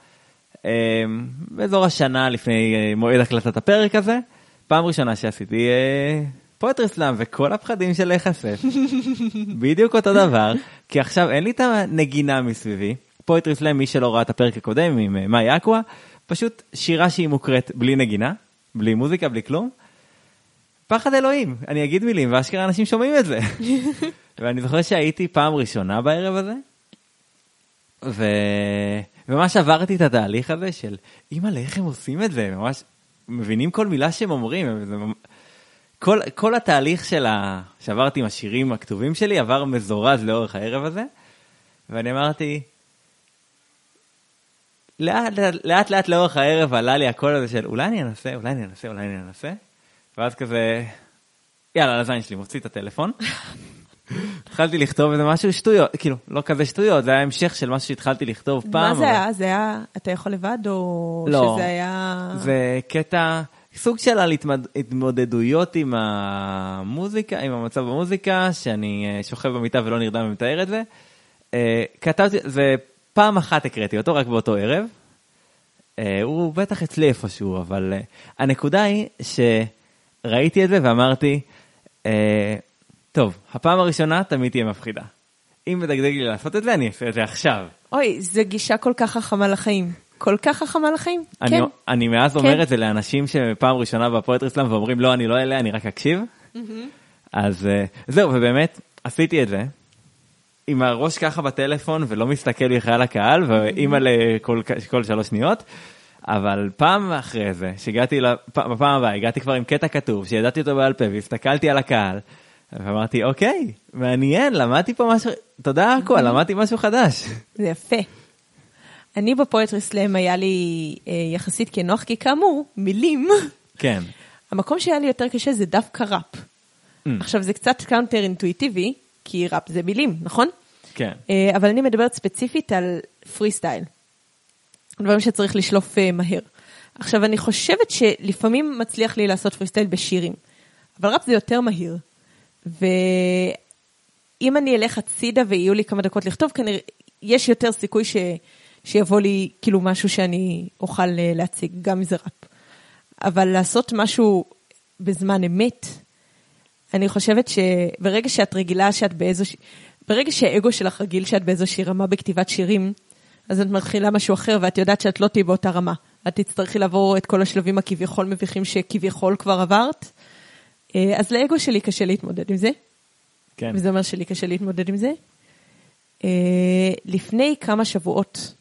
באזור השנה לפני מועד הקלטת הפרק הזה, פעם ראשונה שעשיתי פואטרי סלאם, וכל הפחדים של להיחשף, בדיוק אותו דבר, כי עכשיו אין לי את הנגינה מסביבי, פואטרי סלאם, מי שלא ראה את הפרק הקודם עם מאי אקווה, פשוט שירה שהיא מוקראת בלי נגינה, בלי מוזיקה, בלי כלום, פחד אלוהים, אני אגיד מילים, ואשכרה אנשים שומעים את זה. ואני זוכר שהייתי פעם ראשונה בערב הזה, וממש עברתי את התהליך הזה של, אמא, איך הם עושים את זה? ממש מבינים כל מילה שהם אומרים. כל התהליך שעברתי עם השירים הכתובים שלי, עבר מזורז לאורך הערב הזה, ואני אמרתי, לאט לאט לאורך הערב עלה לי הקול הזה של, אולי אני אנסה, ואז כזה, יאללה, לזין שלי, מוציא את הטלפון. התחלתי לכתוב איזה משהו שטויות, כאילו, לא כזה שטויות, זה היה המשך של משהו שהתחלתי לכתוב פעם. מה זה היה? זה היה, אתה יכול לבד, או לא, שזה היה... זה קטע, סוג של על התמודדויות עם המוזיקה, עם המצב במוזיקה, שאני שוכב במיטה ולא נרדם ומתאר את זה. כתבתי, זה פעם אחת הקראתי אותו, רק באותו ערב. הוא בטח אצלי איפשהו, אבל הנקודה היא שראיתי את זה ואמרתי, טוב, הפעם הראשונה תמיד תהיה מפחידה. אם מדגדג לי לעשות את זה, אני אעשה את זה עכשיו. אוי, זו גישה כל כך חכמה לחיים. כל כך חכמה לחיים? כן. אני מאז אומר את זה לאנשים שפעם ראשונה בפואטרי סלאם, ואומרים, לא, אני לא אלה, אני רק אקשיב. אז זהו, ובאמת, עשיתי את זה. עם הראש ככה בטלפון, ולא מסתכל בכלל לקהל, ואימא כל 3 שניות. אבל פעם אחרי זה, בפעם הבאה, הגעתי כבר עם קטע כתוב, שידעתי אותו בעל פה, והסתכלתי על הקהל, ואמרתי, אוקיי, מעניין, למדתי פה משהו, תודה הכל, למדתי משהו חדש. זה יפה. אני בפואטרי סלאם היה לי יחסית כנוח, כי כאמור, מילים. כן. המקום שהיה לי יותר קשה זה דווקא ראפ. עכשיו זה קצת קאונטר אינטואיטיבי, כי ראפ זה מילים, נכון? כן. אבל אני מדברת ספציפית על פרי סטייל. דברים שצריך לשלוף מהר. עכשיו אני חושבת שלפעמים מצליח לי לעשות פרי סטייל בשירים, אבל ראפ זה יותר מהיר. ואם אני אלך הצידה ויהיו לי כמה דקות לכתוב, כנראה יש יותר סיכוי שיבוא לי כאילו משהו שאני אוכל להציג, גם מזה ראפ. אבל לעשות משהו בזמן אמת, אני חושבת שברגע שאת רגילה שאת ברגע שהאגו שלך רגיל שאת באיזושהי רמה בכתיבת שירים, אז את מתחילה משהו אחר, ואת יודעת שאת לא תהיי באותה רמה. את תצטרכי לעבור את כל השלבים הכביכול מביכים שכביכול כבר עברת. אז לאגו שלי קשה להתמודד עם זה. כן. וזה אומר שלי קשה להתמודד עם זה. לפני כמה שבועות,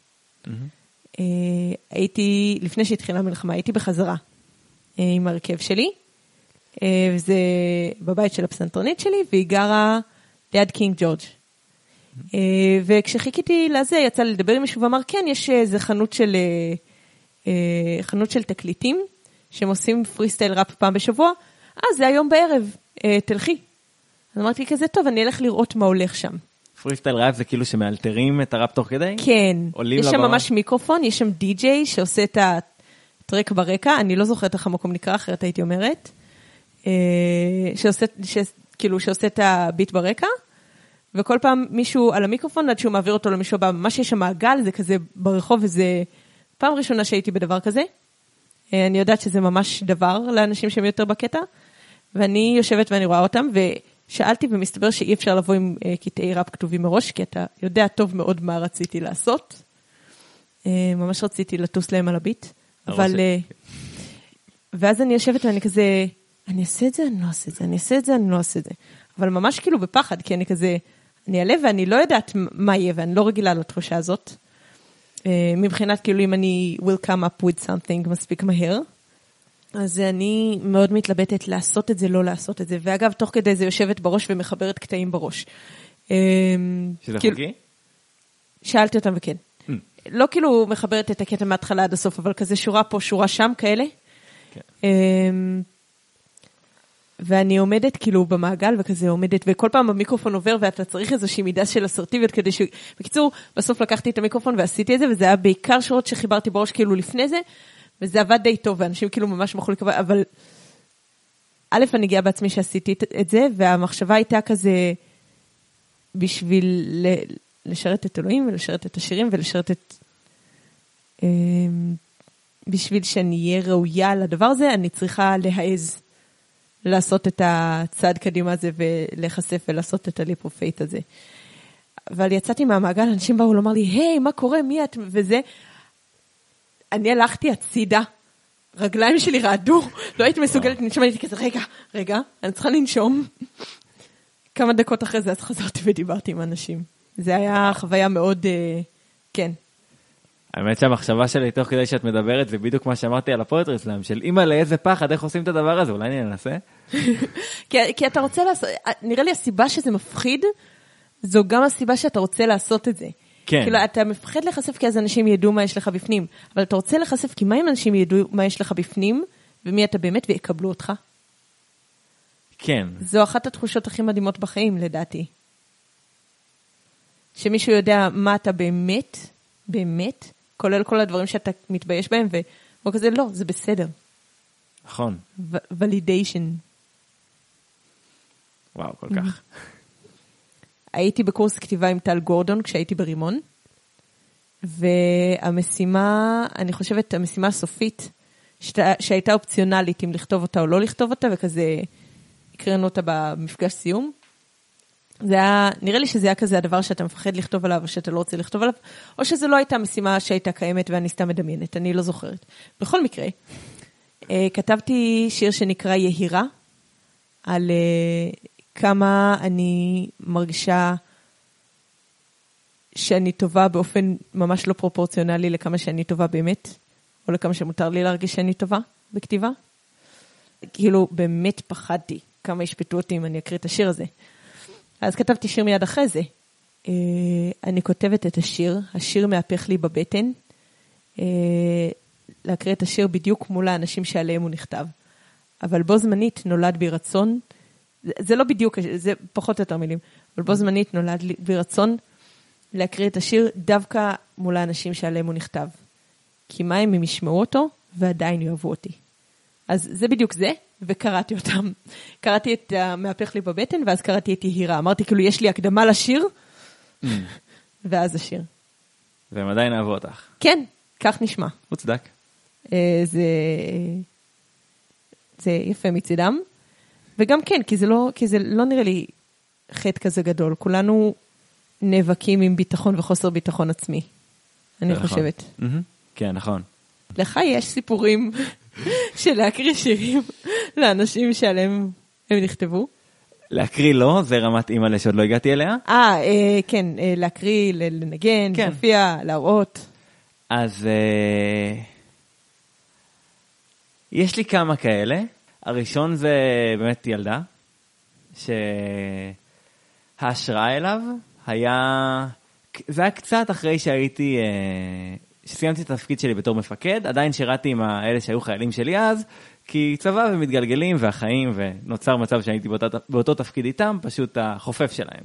לפני שהתחילה המלחמה, הייתי בחזרה עם הרכב שלי, וזה בבית של הפסנתרנית שלי, והיא גרה ליד קינג ג'ורג'. וכשחיכיתי לזה, יצא לדבר עם מישהו ואמר, כן, יש איזה חנות של תקליטים, שהם עושים פרי סטייל ראפ פעם בשבוע, זה היום בערב, תלכי. אז אמרתי כזה, טוב, אני אלך לראות מה הולך שם. פרי סטייל ראפ זה כאילו שמאלתרים את הראפ תוך כדי? כן. יש שם ממש מיקרופון, יש שם די-ג'יי שעושה את הטרק ברקע, אני לא זוכרת איך המקום נקרא, אחרת הייתי אומרת, שעושה את הביט ברקע, וכל פעם מישהו על המיקרופון, עד שהוא מעביר אותו למישהו הבא, מה שיש שם מעגל, זה כזה ברחוב, וזה פעם ראשונה שהייתי בדבר כזה. אני יודעת שזה ממש דבר לאנשים שהם יותר בקטע, ואני יושבת ואני רואה אותם, ושאלתי ומסתבר שאי אפשר לבוא עם קטעי ראפ כתובים מראש, כי אתה יודע טוב מאוד מה רציתי לעשות. ממש רציתי לטוס להם על הביט, אבל... ואז אני יושבת ואני כזה, אני אעשה את זה, אני לא אעשה את זה, אני אעשה את זה, אני לא אעשה את זה. אבל ממש כאילו בפחד, כי אני כזה, אני אעלה ואני לא יודעת מה יהיה, ואני לא רגילה לתחושה הזאת. מבחינת כאילו אם אני will come up with something מספיק מהר, אז אני מאוד מתלבטת לעשות את זה, לא לעשות את זה. ואגב, תוך כדי זה יושבת בראש ומחברת קטעים בראש. שזה חוקי? שאלתי אותם וכן. לא כאילו מחברת את הקטע מההתחלה עד הסוף, אבל כזה שורה פה, שורה שם, כאלה. ואני עומדת כאילו במעגל וכזה עומדת, וכל פעם המיקרופון עובר ואתה צריך איזושהי מידה של אסרטיביות כדי בקיצור, בסוף לקחתי את המיקרופון ועשיתי את זה, וזה היה בעיקר שורות שחיברתי בראש כאילו לפני זה, וזה עבד די טוב, ואנשים כאילו ממש מחו לקבל, אבל א', אני גאה בעצמי שעשיתי את זה, והמחשבה הייתה כזה בשביל לשרת את אלוהים, ולשרת את השירים, ולשרת את... בשביל שאני אהיה ראויה לדבר הזה, אני צריכה להעז לעשות את הצעד קדימה הזה, ולהיחשף ולעשות את הליפ אוף פייט הזה. אבל יצאתי מהמעגל, אנשים באו לומר לי, היי, מה קורה, מי את? וזה, אני הלכתי הצידה, רגליים שלי רעדו, לא הייתי מסוגלת לנשום, הייתי כזה, רגע, אני צריכה לנשום. כמה דקות אחרי זה, אז חזרתי ודיברתי עם אנשים. זה היה חוויה מאוד, כן. האמת שהמחשבה שלי תוך כדי שאת מדברת, זה בדיוק מה שאמרתי על הפואטרי סלאם, של אמא לאיזה פחד, איך עושים את הדבר הזה, אולי אני אנסה? כי אתה רוצה לעשות, נראה לי הסיבה שזה מפחיד, זו גם הסיבה שאתה רוצה לעשות את זה. כן. כאילו, אתה מפחד לחשף כי אז אנשים ידעו מה יש לך בפנים, אבל אתה רוצה לחשף כי מה אם אנשים ידעו מה יש לך בפנים, ומי אתה באמת ויקבלו אותך? כן. זו אחת התחושות הכי מדהימות בחיים, לדעתי. שמישהו יודע מה אתה באמת, באמת, כולל כל הדברים שאתה מתבייש בהם, והוא כזה, לא, זה בסדר. נכון. ולידיישן. וואו, כל כך. הייתי בקורס כתיבה עם טל גורדון, כשהייתי ברימון, והמשימה, אני חושבת, המשימה הסופית, שהייתה אופציונלית, אם לכתוב אותה או לא לכתוב אותה, וכזה הקראנו אותה במפגש סיום, נראה לי שזה היה כזה הדבר שאתה מפחד לכתוב עליו, או שאתה לא רוצה לכתוב עליו, או שזה לא הייתה משימה שהייתה קיימת ואני סתם מדמיינת, אני לא זוכרת. בכל מקרה, כתבתי שיר שנקרא יהירה, על כמה אני מרגישה שאני טובה באופן ממש לא פרופורציונלי לכמה שאני טובה באמת, או לכמה שמותר לי להרגיש שאני טובה בכתיבה. כאילו באמת פחדתי כמה ישפטו אותי אם אני אקריא את השיר הזה. אז כתבתי שיר מיד אחרי זה. אני כותבת את השיר מהפך לי בבטן, להקריא את השיר בדיוק מול האנשים שעליהם הוא נכתב. אבל בו זמנית נולד בי רצון, זה לא בדיוק, זה פחות או יותר מילים, אבל בו זמנית נולד בי רצון להקריא את השיר דווקא מול האנשים שעליהם הוא נכתב. כי מה אם הם ישמעו אותו ועדיין יאהבו אותי. אז זה בדיוק זה, וקראתי אותם. קראתי את מהפך לי בבטן, ואז קראתי את יהירה. אמרתי, כאילו, יש לי הקדמה לשיר, ואז השיר. והם עדיין אהבו אותך. כן, כך נשמע. מוצדק. זה יפה מצידם. וגם כן, כי זה לא נראה לי חטא כזה גדול. כולנו נאבקים עם ביטחון וחוסר ביטחון עצמי. אני חושבת. כן, נכון. לך יש סיפורים של להקריא שירים לאנשים שעליהם הם נכתבו? להקריא לא, זה רמת אימא שעוד לא הגעתי אליה. כן, להקריא, לנגן, להופיע, להראות. אז יש לי כמה כאלה. הראשון זה באמת ילדה, שההשראה אליו זה היה קצת אחרי שסיימתי את התפקיד שלי בתור מפקד, עדיין שירתי עם האלה שהיו חיילים שלי אז, כי צבא ומתגלגלים והחיים, ונוצר מצב שהייתי באותו תפקיד איתם, פשוט החופף שלהם.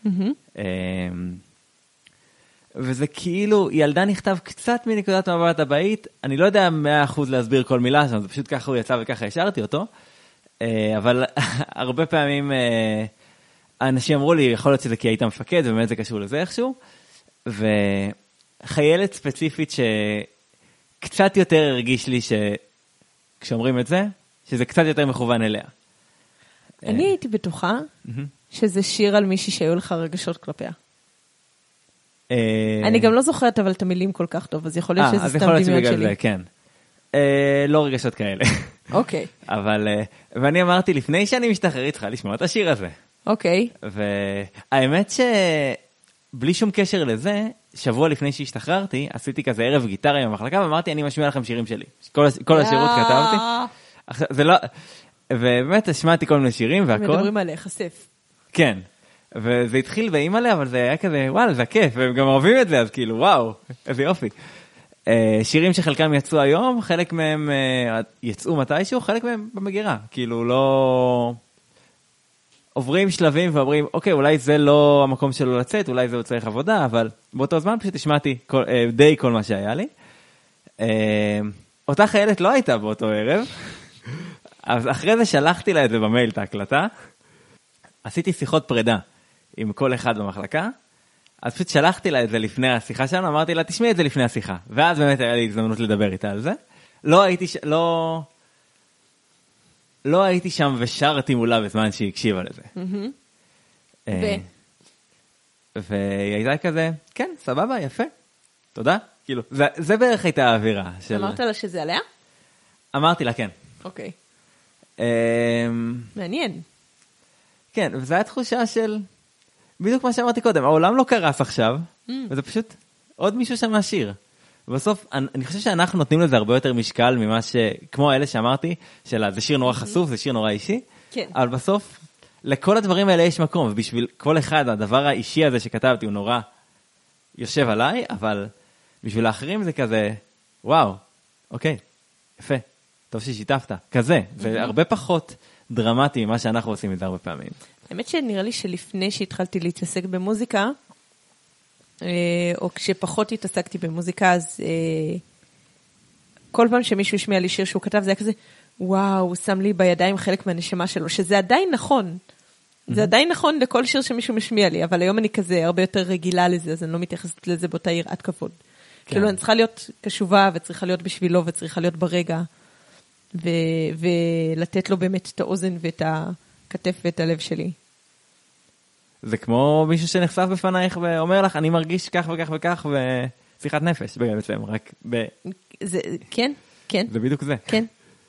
וזה כאילו, ילדה נכתב קצת מנקודת מבט הבאית, אני לא יודע 100% להסביר כל מילה שם, זה פשוט ככה הוא יצא וככה השארתי אותו, אבל הרבה פעמים האנשים אמרו לי, יכול להיות שזה כי היית מפקד, ובאמת זה קשור לזה איכשהו, וחיילת ספציפית שקצת יותר הרגיש לי כשאומרים את זה, שזה קצת יותר מכוון אליה. אני הייתי בטוחה שזה שיר על מישהי שהיו לך רגשות כלפיה. אני גם לא זוכרת אבל את המילים כל כך טוב, אז יכול להיות שזה סתם דמיון שלי. אז יכול להיות שבגלל זה, כן. לא רגשות כאלה. אוקיי. אבל, ואני אמרתי, לפני שאני משתחרר, צריכה לשמוע את השיר הזה. אוקיי. והאמת שבלי שום קשר לזה, שבוע לפני שהשתחררתי, עשיתי כזה ערב גיטרה עם המחלקה, ואמרתי, אני משמיע לכם שירים שלי. כל השירות כתבתי. עכשיו, זה לא, ובאמת השמעתי כל מיני שירים והכל. מדברים עליה, חשף. כן. וזה התחיל באימא'לה, אבל זה היה כזה, וואלה, זה כיף, והם גם אוהבים את זה, אז כאילו, וואו, איזה יופי. שירים שחלקם יצאו היום, חלק מהם יצאו מתישהו, חלק מהם במגירה. כאילו, לא עוברים שלבים ואומרים, אוקיי, אולי זה לא המקום שלו לצאת, אולי זה צריך עבודה, אבל באותו זמן פשוט השמעתי די כל מה שהיה לי. אותה חיילת לא הייתה באותו ערב, אז אחרי זה שלחתי לה את זה במייל, את ההקלטה. עשיתי שיחות פרידה עם כל אחד במחלקה, אז פשוט שלחתי לה את זה לפני השיחה שלנו, אמרתי לה, תשמעי את זה לפני השיחה. ואז באמת היה לי הזדמנות לדבר איתה על זה. לא הייתי שם ושרתי מולה בזמן שהיא הקשיבה לזה. והיא הייתה כזה, כן, סבבה, יפה, תודה. כאילו, זה בערך הייתה האווירה. אמרת לה שזה עליה? אמרתי לה, כן. אוקיי. מעניין. כן, וזו הייתה תחושה של, בדיוק מה שאמרתי קודם, העולם לא קרס עכשיו, וזה פשוט עוד מישהו שם מהשיר. ובסוף, אני חושב שאנחנו נותנים לזה הרבה יותר משקל ממה כמו האלה שאמרתי, זה שיר נורא חשוף, זה שיר נורא אישי, כן. אבל בסוף, לכל הדברים האלה יש מקום, ובשביל כל אחד, הדבר האישי הזה שכתבתי הוא נורא יושב עליי, אבל בשביל האחרים זה כזה, וואו, אוקיי, יפה, טוב ששיתפת, כזה, זה הרבה פחות דרמטי ממה שאנחנו עושים את זה הרבה פעמים. האמת שנראה לי שלפני שהתחלתי להתעסק במוזיקה, או כשפחות התעסקתי במוזיקה, אז כל פעם שמישהו השמיע לי שיר שהוא כתב, זה היה כזה, וואו, הוא שם לי בידיים חלק מהנשמה שלו, שזה עדיין נכון. זה עדיין נכון לכל שיר שמישהו משמיע לי, אבל היום אני כזה הרבה יותר רגילה לזה, אז אני לא מתייחסת לזה באותה יראת כבוד. כאילו, אני צריכה להיות קשובה, וצריכה להיות בשבילו, וצריכה להיות ברגע, ולתת לו באמת את האוזן ואת הכתף ואת הלב שלי. זה כמו מישהו שנחשף בפנייך ואומר לך, אני מרגיש כך וכך וכך, ושיחת נפש, בעצם, רק כן, כן. זה בדיוק זה. כן.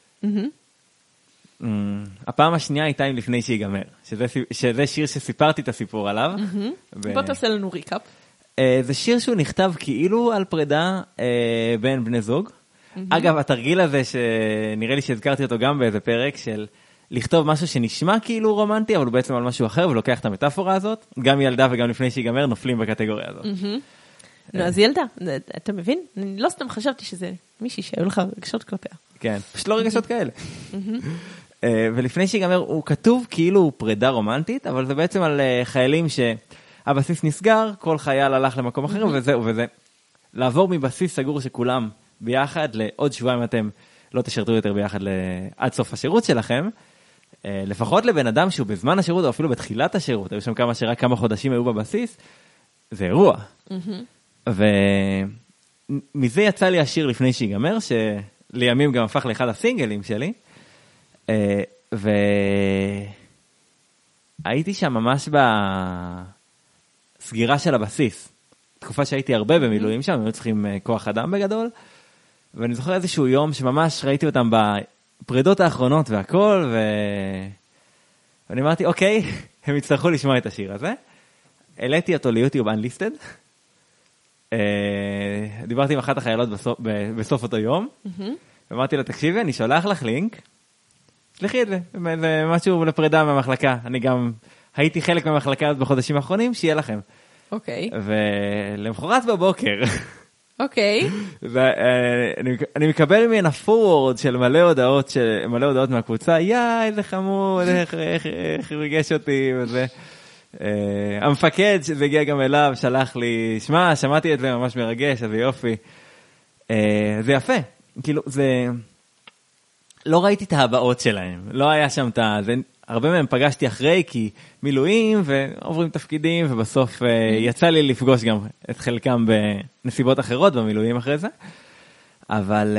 הפעם השנייה הייתה עם לפני שיגמר, שזה שיר שסיפרתי את הסיפור עליו. בוא תעשה לנו ריקאפ. זה שיר שהוא נכתב כאילו על פרידה בין בני זוג. אגב, התרגיל הזה שנראה לי שהזכרתי אותו גם באיזה פרק של לכתוב משהו שנשמע כאילו רומנטי, אבל הוא בעצם על משהו אחר, ולוקח את המטאפורה הזאת. גם ילדה וגם לפני שיגמר נופלים בקטגוריה הזאת. אז ילדה, אתה מבין? אני לא סתם חשבתי שזה מישהי שהיו לך רגשות כלפיה. כן, פשוט לא רגשות כאלה. ולפני שיגמר הוא כתוב כאילו פרידה רומנטית, אבל זה בעצם על חיילים שהבסיס נסגר, כל חייל הלך למקום אחר, וזה לעבור מבסיס סגור שכולם ביחד, לעוד שבועיים אתם לא תשרתו יותר ביחד עד סוף השירות שלכם, לפחות לבן אדם שהוא בזמן השירות, או אפילו בתחילת השירות, היו שם שרק כמה חודשים היו בבסיס, זה אירוע. ומזה יצא לי השיר לפני שיגמר, שלימים גם הפך לאחד הסינגלים שלי, והייתי שם ממש בסגירה של הבסיס, תקופה שהייתי הרבה במילואים שם, היו צריכים כוח אדם בגדול, ואני זוכר איזשהו יום שממש ראיתי אותם בפרידות האחרונות והכל, ואני אמרתי, אוקיי, הם יצטרכו לשמוע את השיר הזה. העליתי אותו ליוטיוב Unlisted, דיברתי עם אחת החיילות בסוף אותו יום, ואמרתי לה, תקשיבי, אני שולח לך לינק, שלחי את זה, זה משהו לפרידה מהמחלקה, אני גם הייתי חלק מהמחלקה בחודשים האחרונים, שיהיה לכם. אוקיי. ולמחרת בבוקר, אוקיי. אני מקבל ממנה פורוורד של מלא הודעות מהקבוצה, איזה חמוד, איך ריגש אותי, וזה. המפקד שזה הגיע גם אליו, שלח לי, שמעתי את זה ממש מרגש, אז יופי. זה יפה, כאילו, זה, לא ראיתי את ההבאות שלהם, לא היה שם הרבה מהם פגשתי אחרי, כי מילואים ועוברים תפקידים, ובסוף יצא לי לפגוש גם את חלקם בנסיבות אחרות במילואים אחרי זה. אבל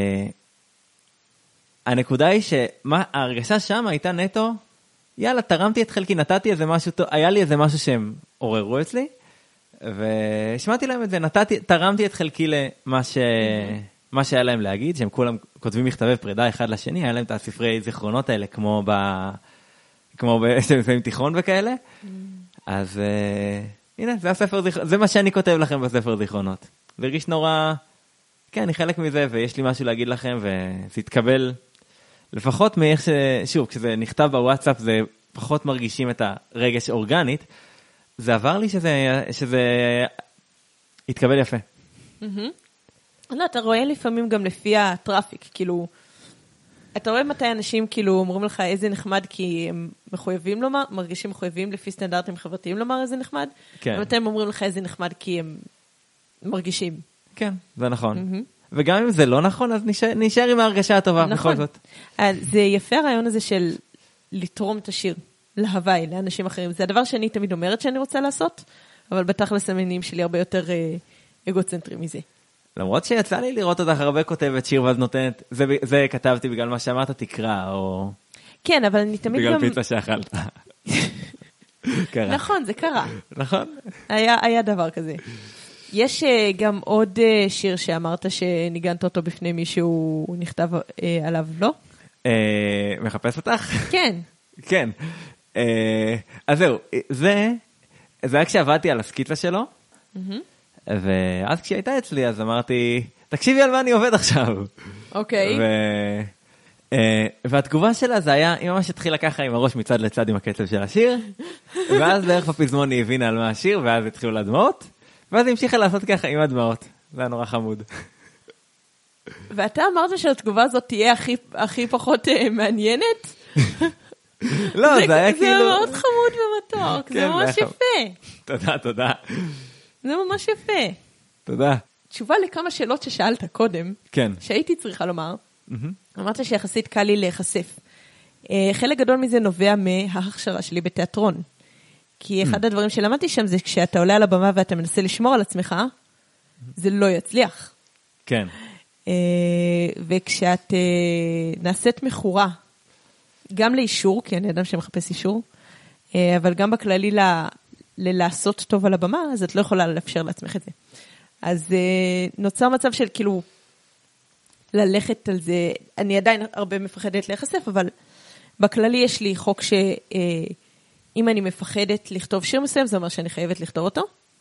הנקודה היא שההרגשה שם הייתה נטו, יאללה, תרמתי את חלקי, נתתי איזה משהו טוב, היה לי איזה משהו שהם עוררו אצלי, ושמעתי להם את זה, תרמתי את חלקי למה שהיה להם להגיד, שהם כולם כותבים מכתבי פרידה אחד לשני, היה להם את הספרי זיכרונות האלה, כמו בספרים תיכון וכאלה. אז הנה, זה מה שאני כותב לכם בספר זיכרונות. זה הרגיש נורא, כן, אני חלק מזה, ויש לי משהו להגיד לכם, וזה יתקבל, לפחות מאיך שוב, כשזה נכתב בוואטסאפ, זה פחות מרגישים את הרגש אורגנית, זה עבר לי שזה יתקבל יפה. לא, אתה רואה לפעמים גם לפי הטראפיק, כאילו, אתה רואה מתי אנשים כאילו אומרים לך איזה נחמד, כי הם מחויבים לומר, מרגישים מחויבים לפי סטנדרטים חברתיים לומר איזה נחמד, כן. ומתי הם אומרים לך איזה נחמד כי הם מרגישים. כן, זה נכון. וגם אם זה לא נכון, אז נשאר עם ההרגשה הטובה, נכון. בכל זאת. זה יפה הרעיון הזה של לתרום את השיר להוואי, לאנשים אחרים. זה הדבר שאני תמיד אומרת שאני רוצה לעשות, אבל בתכלס המניעים שלי הרבה יותר אגוצנטרי מזה. למרות שיצא לי לראות אותך הרבה כותבת שיר ואז נותנת, זה כתבתי בגלל מה שאמרת תקרא, או... כן, אבל אני תמיד בגלל גם... פיצה שאכלת. נכון, זה קרה. נכון. היה דבר כזה. יש גם עוד שיר שאמרת שניגנת אותו בפני מישהו נכתב עליו, לא? מחפש אותך? כן. כן. אז זהו, זה היה כשעבדתי על הסקיצה שלו, ואז כשהיא הייתה אצלי, אז אמרתי, תקשיבי על מה אני עובד עכשיו. אוקיי. והתגובה שלה זה היה, היא ממש התחילה ככה עם הראש מצד לצד עם הקצב של השיר, ואז דרך בפזמון היא הבינה על מה השיר, ואז התחילו לדמעות, ואז היא המשיכה לעשות ככה עם הדמעות. זה היה נורא חמוד. ואתה אמרת שהתגובה הזאת תהיה הכי פחות מעניינת? לא, זה היה כאילו... זה מאוד חמוד ומתוק, זה ממש יפה. תודה. זה ממש יפה. תודה. תשובה לכמה שאלות ששאלת קודם, כן. שהייתי צריכה לומר, אמרת שיחסית קל לי להיחשף. חלק גדול מזה נובע מההכשרה שלי בתיאטרון. כי אחד הדברים שלמדתי שם זה כשאתה עולה על הבמה ואתה מנסה לשמור על עצמך, זה לא יצליח. כן. וכשאת נעשית מכורה, גם לאישור, כי אני אדם שמחפש אישור, אבל גם בכללי לעשות טוב על הבמה, אז את לא יכולה לאפשר לעצמך את זה. אז נוצר מצב של כאילו, ללכת על זה, אני עדיין הרבה מפחדת להיחשף, אבל בכללי יש לי חוק שאם אני מפחדת לכתוב שיר מסוים, זה אומר שאני חייבת לכתוב אותו.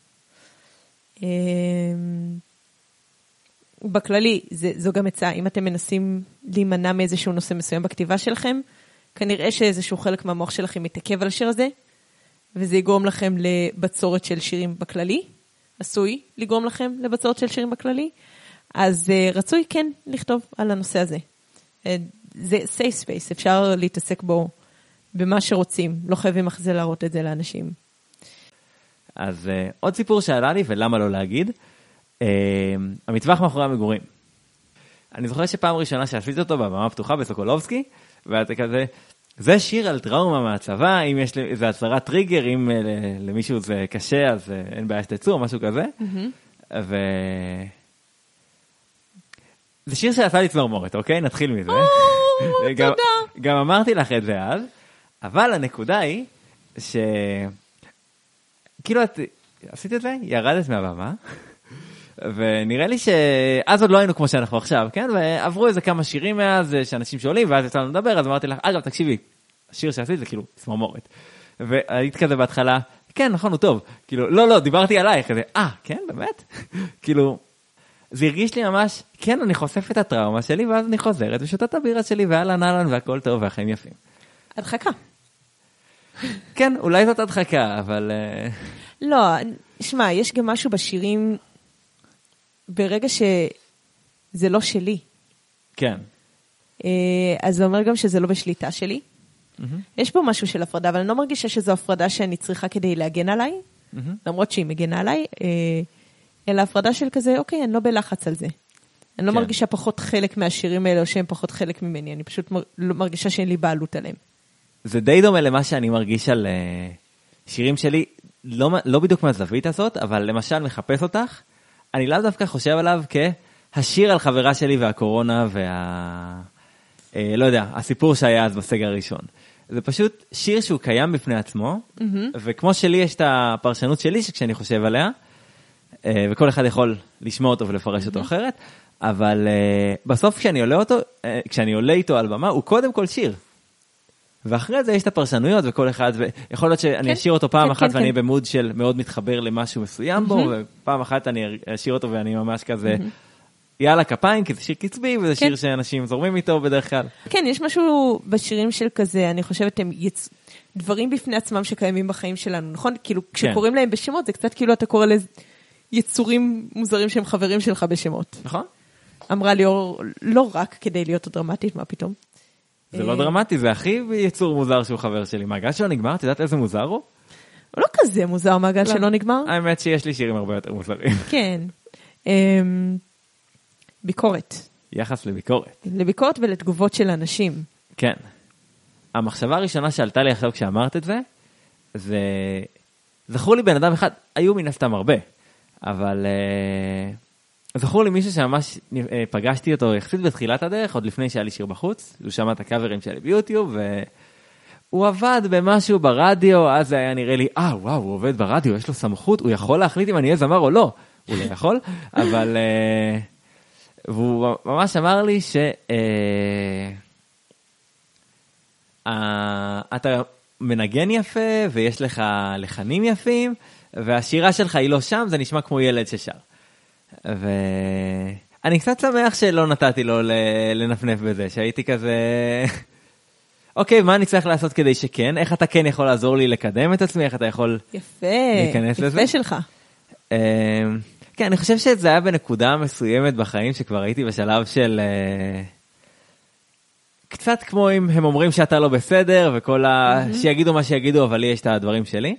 בכללי, זו גם עצה, אם אתם מנסים להימנע מאיזשהו נושא מסוים בכתיבה שלכם, כנראה שאיזשהו חלק מהמוח שלכם מתעכב על השיר הזה, וזה יגרום לכם לבצורת של שירים בכללי, עשוי לגרום לכם לבצורת של שירים בכללי, אז רצוי כן לכתוב על הנושא הזה. זה safe space, אפשר להתעסק בו במה שרוצים, לא חייבים אחרי זה להראות את זה לאנשים. אז עוד סיפור שעלה לי, ולמה לא להגיד, המטווח מאחורי המגורים. אני זוכר שפעם ראשונה שעשיתי אותו בבמה פתוחה בסוקולובסקי, ואתה כזה, זה שיר על טראומה מהצבא, אם יש איזה הצהרת טריגר, אם למישהו זה קשה, אז אין בעיה שתצאו, או משהו כזה. זה שיר שעשה לי צמרמורת, אוקיי? נתחיל מזה. תודה. גם אמרתי לך את זה אז, אבל הנקודה היא, כאילו את עשית את זה, ירדת מהבמה, ונראה לי שאז עוד לא היינו כמו שאנחנו עכשיו, כן? ועברו איזה כמה שירים מאז שאנשים שואלים, ואז יצאנו לדבר, אז אמרתי לך, אגב, תקשיבי, השיר שעשית זה כאילו צמרמורת. והיית כזה בהתחלה, כן, נכון, הוא טוב. כאילו, לא, דיברתי עלייך, כזה, כן, באמת? כאילו, זה הרגיש לי ממש, כן, אני חושף את הטראומה שלי, ואז אני חוזרת, ושותה את הבירה שלי, ואלן, והכל טוב, והחיים יפים. הדחקה. כן, אולי זאת הדחקה, אבל... לא, שמע, יש גם משהו בשירים, ברגע שזה לא שלי. כן. אז זה אומר גם שזה לא בשליטה שלי. יש פה משהו של הפרדה, אבל אני לא מרגישה שזו הפרדה שאני צריכה כדי להגן עליי, למרות שהיא מגנה עליי, אלא הפרדה של כזה, אוקיי, אני לא בלחץ על זה. אני לא מרגישה פחות חלק מהשירים האלה, או שהם פחות חלק ממני, אני פשוט מרגישה שאין לי בעלות עליהם. זה די דומה למה שאני מרגיש על שירים שלי, לא בדיוק מהזווית הזאת, אבל למשל מחפש אותך, אני לאו דווקא חושב עליו כהשיר על חברה שלי והקורונה, לא יודע, הסיפור שהיה אז בסגר הראשון. זה פשוט שיר שהוא קיים בפני עצמו, וכמו שלי יש את הפרשנות שלי, שכשאני חושב עליה, וכל אחד יכול לשמוע אותו ולפרש אותו אחרת, אבל בסוף כשאני עולה איתו על במה, הוא קודם כל שיר. ואחרי זה יש את הפרשנויות, וכל אחד, ויכול להיות שאני אשיר אותו פעם אחת, ואני במוד של מאוד מתחבר למשהו מסוים בו, ופעם אחת אני אשיר אותו, ואני ממש כזה, יאללה כפיים, כי זה שיר קצבי, וזה שיר שאנשים זורמים איתו בדרך כלל. כן, יש משהו בשירים של כזה, אני חושבת, הם דברים בפני עצמם שקיימים בחיים שלנו, נכון? כאילו, כשקוראים להם בשמות, זה קצת כאילו אתה קורא ליצורים מוזרים שהם חברים שלך בשמות. נכון. אמרה לי, לא רק כדי להיות דרמטית, מה פתאום? זה לא דרמטי, זה הכי יצור מוזר שהוא חבר שלי. מעגל שלו נגמר, את יודעת איזה מוזר הוא? הוא לא כזה מוזר, מעגל שלו נגמר. האמת שיש לי שירים הרבה יותר מוזרים. כן. ביקורת. יחס לביקורת. לביקורת ולתגובות של אנשים. כן. המחשבה הראשונה שעלתה לי עכשיו כשאמרת את זה, זה... זכור לי בן אדם אחד, היו מן הסתם הרבה, אבל... זכור לי מישהו שממש פגשתי אותו יחסית בתחילת הדרך, עוד לפני שהיה לי שיר בחוץ, הוא שמע את הקאברים שלי ביוטיוב, והוא עבד במשהו ברדיו, אז זה היה נראה לי, וואו, הוא עובד ברדיו, יש לו סמכות, הוא יכול להחליט אם אני אהיה זמר או לא, הוא לא יכול, אבל, והוא ממש אמר לי אתה מנגן יפה, ויש לך לחנים יפים, והשירה שלך היא לא שם, זה נשמע כמו ילד ששר. ואני קצת שמח שלא נתתי לו לנפנף בזה, שהייתי כזה, אוקיי, מה אני צריך לעשות כדי שכן? איך אתה כן יכול לעזור לי לקדם את עצמי? איך אתה יכול להיכנס לזה? יפה שלך. כן, אני חושב שזה היה בנקודה מסוימת בחיים, שכבר הייתי בשלב של, קצת כמו אם הם אומרים שאתה לא בסדר, וכל שיגידו מה שיגידו, אבל לי יש את הדברים שלי.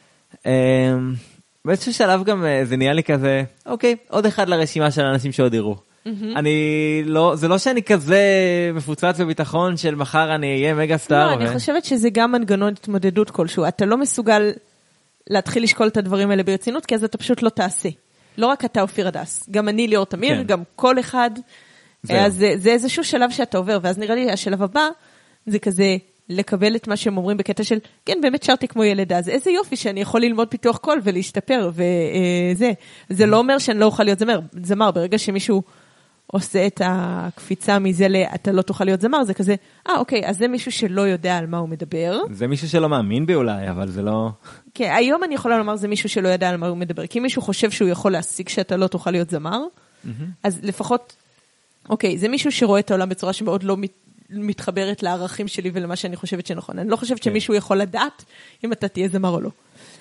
באיזשהו שלב גם זה נהיה לי כזה, אוקיי, עוד אחד לרשימה של האנשים שעוד יראו. זה לא שאני כזה מפוצץ בביטחון של מחר אני אהיה מגה סטאר. לא, אני חושבת שזה גם מנגנון התמודדות כלשהו. אתה לא מסוגל להתחיל לשקול את הדברים האלה ברצינות, כי אז אתה פשוט לא תעשה. לא רק אתה אופיר הדס, גם אני ליאור תמיר, גם כל אחד. אז זה איזשהו שלב שאתה עובר, ואז נראה לי השלב הבא, זה כזה לקבל את מה שהם אומרים בקטע של, כן, באמת שרתי כמו ילד אז, איזה יופי שאני יכול ללמוד פיתוח קול ולהשתפר, וזה. זה לא אומר שאני לא אוכל להיות זמר, ברגע שמישהו עושה את הקפיצה מזה אתה לא תוכל להיות זמר, זה כזה, אוקיי, אז זה מישהו שלא יודע על מה הוא מדבר. זה מישהו שלא מאמין בי אולי, אבל זה לא... כן, היום אני יכולה לומר, זה מישהו שלא יודע על מה הוא מדבר, כי מישהו חושב שהוא יכול להשיג שאתה לא תוכל להיות זמר, אז לפחות, אוקיי, זה מישהו שרואה את העולם בצורה שמאוד לא מתחברת לערכים שלי ולמה שאני חושבת שנכון. אני לא חושבת שמישהו יכול לדעת אם אתה תהיה זמר או לא.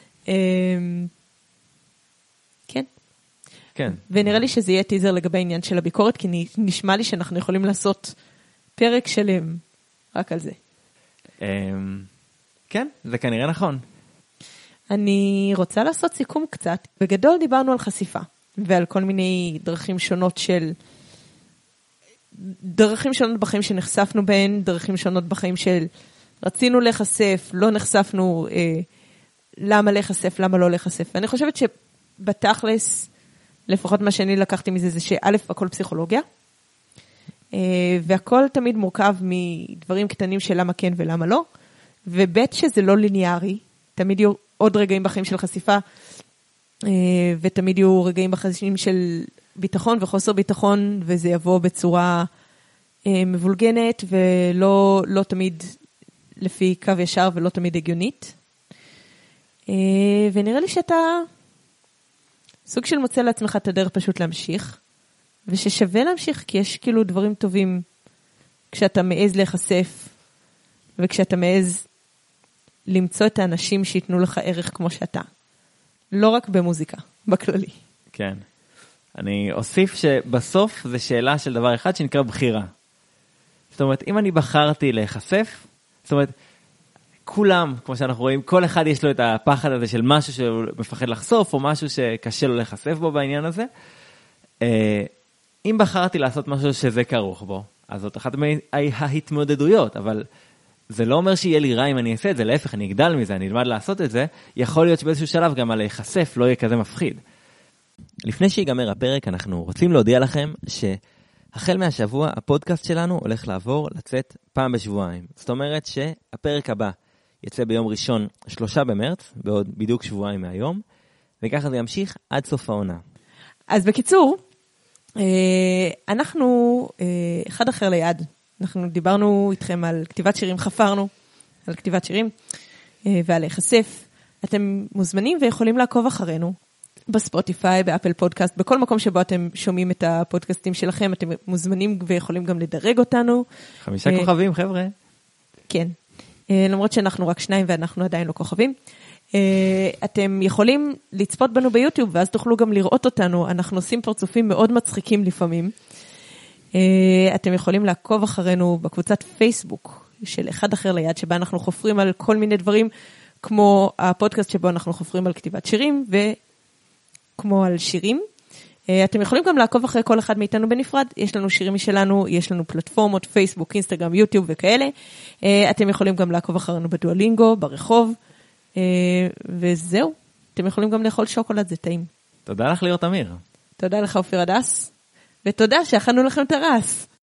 כן. כן. ונראה לי שזה יהיה טיזר לגבי העניין של הביקורת, כי נשמע לי שאנחנו יכולים לעשות פרק שלם רק על זה. כן, זה כנראה נכון. אני רוצה לעשות סיכום קצת. בגדול דיברנו על חשיפה, ועל כל מיני דרכים שונות בחיים שנחשפנו בהן, דרכים שונות בחיים של רצינו להיחשף, לא נחשפנו, למה להיחשף, למה לא להיחשף. ואני חושבת שבתכלס, לפחות מה שאני לקחתי מזה, זה שא', הכל פסיכולוגיה, והכל תמיד מורכב מדברים קטנים של למה כן ולמה לא, וב' שזה לא ליניארי, תמיד יהיו עוד רגעים בחיים של חשיפה, ותמיד יהיו רגעים בחיים של ביטחון וחוסר ביטחון, וזה יבוא בצורה מבולגנת, ולא תמיד לפי קו ישר, ולא תמיד הגיונית. ונראה לי שאתה סוג של מוצא לעצמך את הדרך פשוט להמשיך, וששווה להמשיך, כי יש כאילו דברים טובים כשאתה מעז להיחשף, וכשאתה מעז למצוא את האנשים שיתנו לך ערך כמו שאתה. לא רק במוזיקה, בכללי. כן. אני אוסיף שבסוף זה שאלה של דבר אחד שנקרא בחירה. זאת אומרת, אם אני בחרתי להיחשף, זאת אומרת, כולם, כמו שאנחנו רואים, כל אחד יש לו את הפחד הזה של משהו שהוא מפחד לחשוף, או משהו שקשה לו להיחשף בו בעניין הזה. אם בחרתי לעשות משהו שזה כרוך בו, אז זאת אחת מההתמודדויות, אבל זה לא אומר שיהיה לי רע אם אני אעשה את זה, להפך, אני אגדל מזה, אני אלמד לעשות את זה, יכול להיות שבאיזשהו שלב גם על להיחשף לא יהיה כזה מפחיד. לפני שיגמר הפרק, אנחנו רוצים להודיע לכם שהחל מהשבוע הפודקאסט שלנו הולך לצאת פעם בשבועיים. זאת אומרת שהפרק הבא יצא ביום ראשון 3 במרץ, בעוד בדיוק שבועיים מהיום, וככה זה ימשיך עד סוף העונה. אז בקיצור, אנחנו אחד אחר ליד. אנחנו דיברנו איתכם על כתיבת שירים, חפרנו על כתיבת שירים ועל להיחשף. אתם מוזמנים ויכולים לעקוב אחרינו בספוטיפיי, באפל פודקאסט, בכל מקום שבו אתם שומעים את הפודקאסטים שלכם, אתם מוזמנים ויכולים גם לדרג אותנו. 5 כוכבים, חבר'ה. כן. למרות שאנחנו רק 2 ואנחנו עדיין לא כוכבים. אתם יכולים לצפות בנו ביוטיוב, ואז תוכלו גם לראות אותנו. אנחנו עושים פרצופים מאוד מצחיקים לפעמים. אתם יכולים לעקוב אחרינו בקבוצת פייסבוק של אחד אחר ליד, שבה אנחנו חופרים על כל מיני דברים, כמו הפודקאסט שבו אנחנו חופרים על כתיבת שירים, וכמו על שירים. אתם יכולים גם לעקוב אחרי כל אחד מאיתנו בנפרד. יש לנו שירים משלנו, יש לנו פלטפורמות, פייסבוק, אינסטגרם, יוטיוב וכאלה. אתם יכולים גם לעקוב אחרינו בדואלינגו, ברחוב, וזהו. אתם יכולים גם לאכול שוקולד, זה טעים. תודה לך ליאור תמיר. תודה לך אופיר הדס, ותודה שאכלנו לכם את הרס.